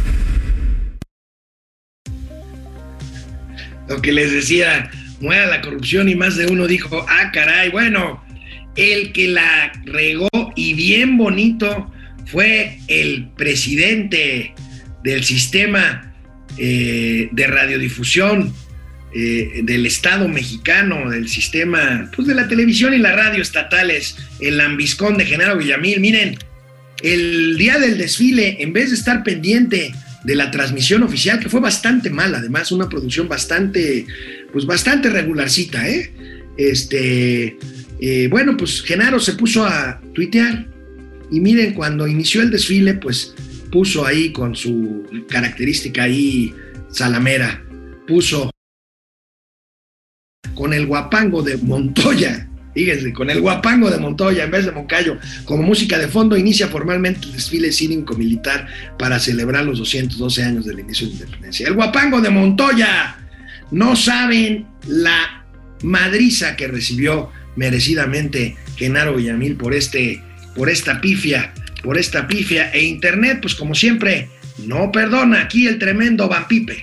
Lo que les decía, muera la corrupción, y más de uno dijo, ah, caray, bueno, el que la regó y bien bonito fue el presidente del sistema eh, de radiodifusión eh, del Estado mexicano, del sistema pues de la televisión y la radio estatales, el lambiscón de Genaro Villamil. Miren, el día del desfile, en vez de estar pendiente de la transmisión oficial, que fue bastante mala, además, una producción bastante, pues bastante regularcita, ¿eh? Este, eh, bueno, pues Genaro se puso a tuitear, y miren, cuando inició el desfile, pues puso ahí con su característica ahí salamera, puso con el guapango de Montoya, fíjense, con el guapango de Montoya en vez de Moncayo, como música de fondo, inicia formalmente el desfile cívico-militar para celebrar los doscientos doce años del inicio de la independencia. El guapango de Montoya. No saben la madriza que recibió merecidamente Genaro Villamil por este, por esta pifia, por esta pifia, e internet, pues como siempre, no perdona. Aquí el tremendo Van Pipe.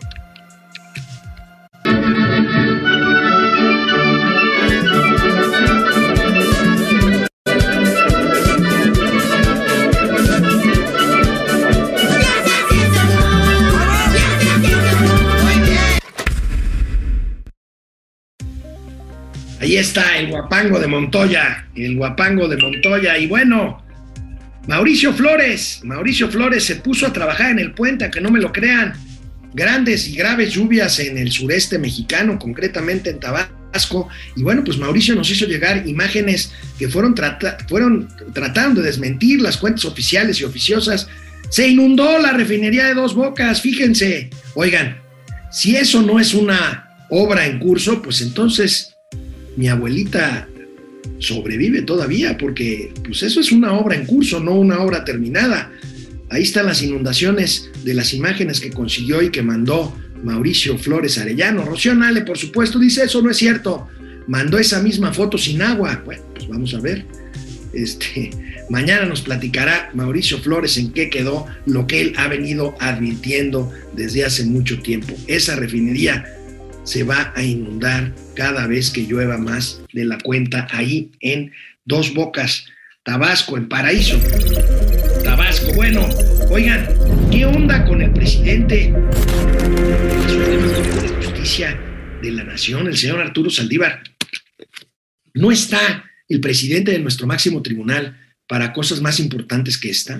Ahí está el guapango de Montoya, el guapango de Montoya. Y bueno, Mauricio Flores, Mauricio Flores se puso a trabajar en el puente, a que no me lo crean. Grandes y graves lluvias en el sureste mexicano, concretamente en Tabasco. Y bueno, pues Mauricio nos hizo llegar imágenes que fueron, trata, fueron tratando de desmentir las cuentas oficiales y oficiosas. Se inundó la refinería de Dos Bocas, fíjense. Oigan, si eso no es una obra en curso, pues entonces mi abuelita sobrevive todavía, porque pues eso es una obra en curso, no una obra terminada. Ahí están las inundaciones de las imágenes que consiguió y que mandó Mauricio Flores Arellano. Rocío Nale, por supuesto, dice: eso no es cierto, mandó esa misma foto sin agua. Bueno, pues vamos a ver. Este, mañana nos platicará Mauricio Flores en qué quedó lo que él ha venido advirtiendo desde hace mucho tiempo. Esa refinería se va a inundar cada vez que llueva más de la cuenta ahí en Dos Bocas, Tabasco, en Paraíso, Tabasco. Bueno, oigan, ¿qué onda con el presidente de la Suprema Corte de Justicia de la Nación, el señor Arturo Saldívar? ¿No está el presidente de nuestro máximo tribunal para cosas más importantes que esta?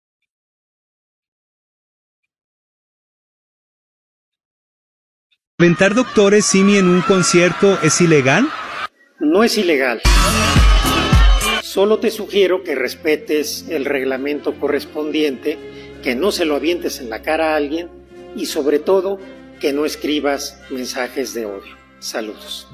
¿Aventar doctores Simi en un concierto es ilegal? No es ilegal. Solo te sugiero que respetes el reglamento correspondiente, que no se lo avientes en la cara a alguien y sobre todo que no escribas mensajes de odio. Saludos.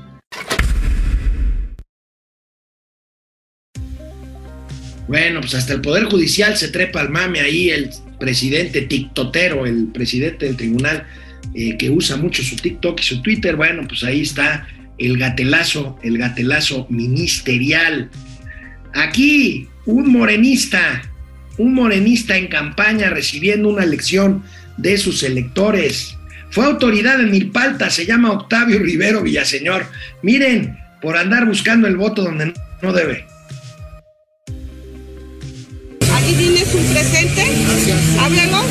Bueno, pues hasta el Poder Judicial se trepa al mame ahí el presidente tiktotero, el presidente del tribunal, Eh, que usa mucho su TikTok y su Twitter. Bueno, pues ahí está el gatelazo, el gatelazo ministerial. Aquí, un morenista, un morenista en campaña recibiendo una lección de sus electores. Fue autoridad en Milpalta, se llama Octavio Rivero Villaseñor. Miren, por andar buscando el voto donde no debe. Aquí tienes un presente, háblalo.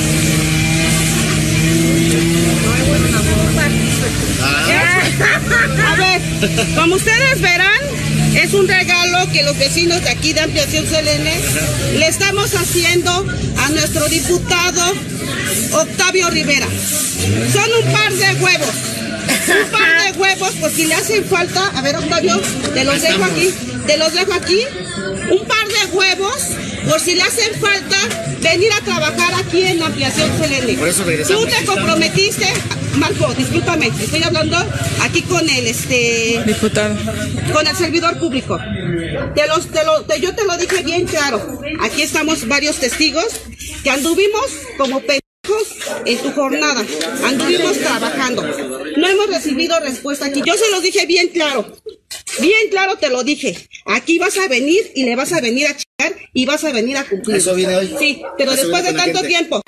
A ver, como ustedes verán, es un regalo que los vecinos de aquí de Ampliación Selene le estamos haciendo a nuestro diputado Octavio Rivera. Son un par de huevos, un par de huevos, por si le hacen falta. A ver, Octavio, te los dejo aquí, te los dejo aquí, un par de huevos, por si le hacen falta venir a trabajar aquí en Ampliación Selene. Tú te comprometiste, Marco, discúlpame, estoy hablando aquí con el este diputado, con el servidor público. Te los, te lo, te, yo te lo dije bien claro. Aquí estamos varios testigos que anduvimos como pendejos en tu jornada, anduvimos trabajando. No hemos recibido respuesta aquí. Yo se lo dije bien claro. Bien claro te lo dije. Aquí vas a venir y le vas a venir a chingar y vas a venir a cumplir. ¿Eso viene hoy? Sí, pero Eso después de tanto tiempo.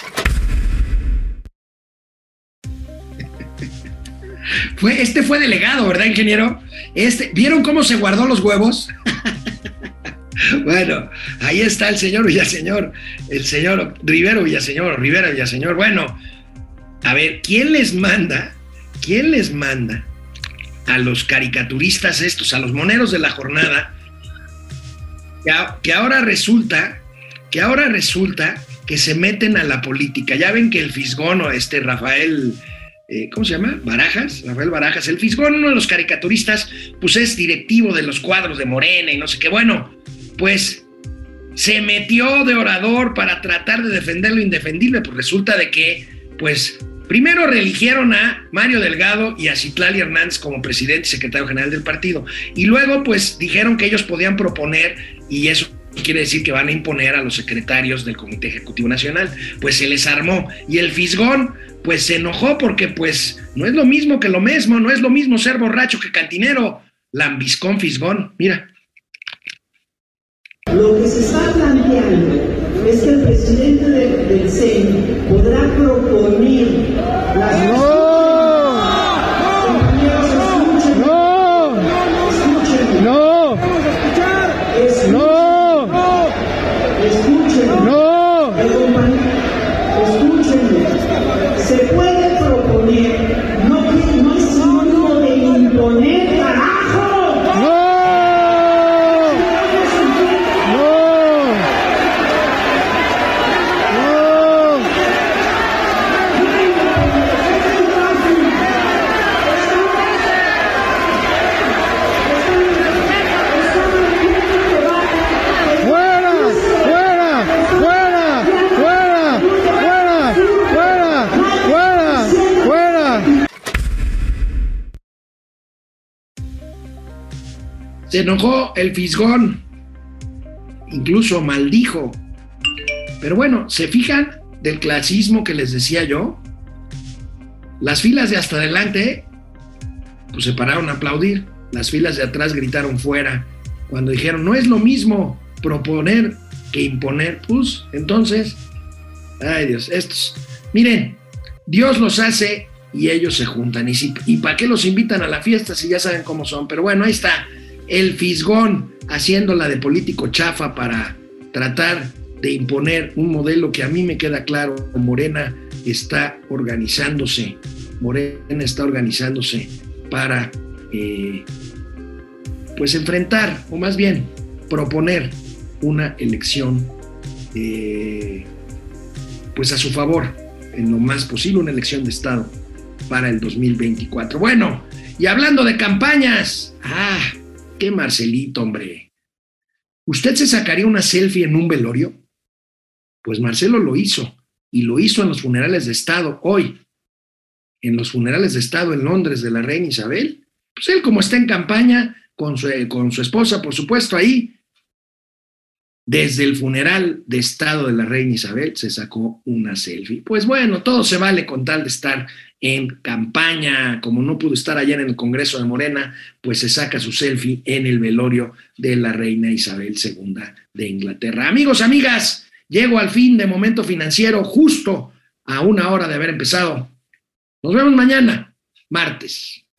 Fue, este fue delegado, ¿verdad, ingeniero? Este, ¿vieron cómo se guardó los huevos? Bueno, ahí está el señor Villaseñor, el señor Rivero Villaseñor, Rivera Villaseñor. Bueno, a ver, ¿quién les manda? ¿Quién les manda a los caricaturistas estos, a los moneros de la jornada, que, a, que ahora resulta, que ahora resulta que se meten a la política. Ya ven que el Fisgón o este Rafael, eh, ¿cómo se llama? Barajas, Rafael Barajas, el Fisgón, uno de los caricaturistas, pues es directivo de los cuadros de Morena y no sé qué. Bueno, pues se metió de orador para tratar de defender lo indefendible, pues resulta de que, pues, primero reeligieron a Mario Delgado y a Citlali Hernández como presidente y secretario general del partido, y luego, pues, dijeron que ellos podían proponer, y eso quiere decir que van a imponer a los secretarios del Comité Ejecutivo Nacional. Pues se les armó, y el Fisgón, pues, se enojó porque, pues, no es lo mismo que lo mismo, no es lo mismo ser borracho que cantinero. Lambiscón Fisgón, mira. Lo que se está planteando es que el presidente del, del C E N podrá proponer las... ¡No! Compañeros, escuchen. ¡No! Escuchen. ¡No! Vamos a escuchar. Escuchen. ¡No! Escuchen. ¡No! Escuchen. Se puede proponer, no, no es sinónimo de imponer, carajo. ¡No! Se enojó el Fisgón, incluso maldijo. Pero bueno, ¿se fijan del clasismo que les decía yo? Las filas de hasta adelante, pues se pararon a aplaudir. Las filas de atrás gritaron fuera. Cuando dijeron, no es lo mismo proponer que imponer, pues entonces, ay Dios, estos, miren, Dios los hace y ellos se juntan. ¿Y, si, y para qué los invitan a la fiesta si ya saben cómo son? Pero bueno, ahí está. El Fisgón haciéndola de político chafa para tratar de imponer un modelo que a mí me queda claro. Morena está organizándose, Morena está organizándose para eh, pues enfrentar, o más bien proponer una elección eh, pues a su favor, en lo más posible, una elección de Estado para el dos mil veinticuatro. Bueno, y hablando de campañas, ah, qué Marcelito, hombre. ¿Usted se sacaría una selfie en un velorio? Pues Marcelo lo hizo, y lo hizo en los funerales de Estado hoy, en los funerales de Estado en Londres de la reina Isabel. Pues él, como está en campaña, con su, con su esposa, por supuesto, ahí, desde el funeral de Estado de la reina Isabel, se sacó una selfie. Pues bueno, todo se vale con tal de estar en campaña. Como no pudo estar allá en el Congreso de Morena, pues se saca su selfie en el velorio de la reina Isabel segunda de Inglaterra. Amigos, amigas, llego al fin de Momento Financiero, justo a una hora de haber empezado. Nos vemos mañana, martes.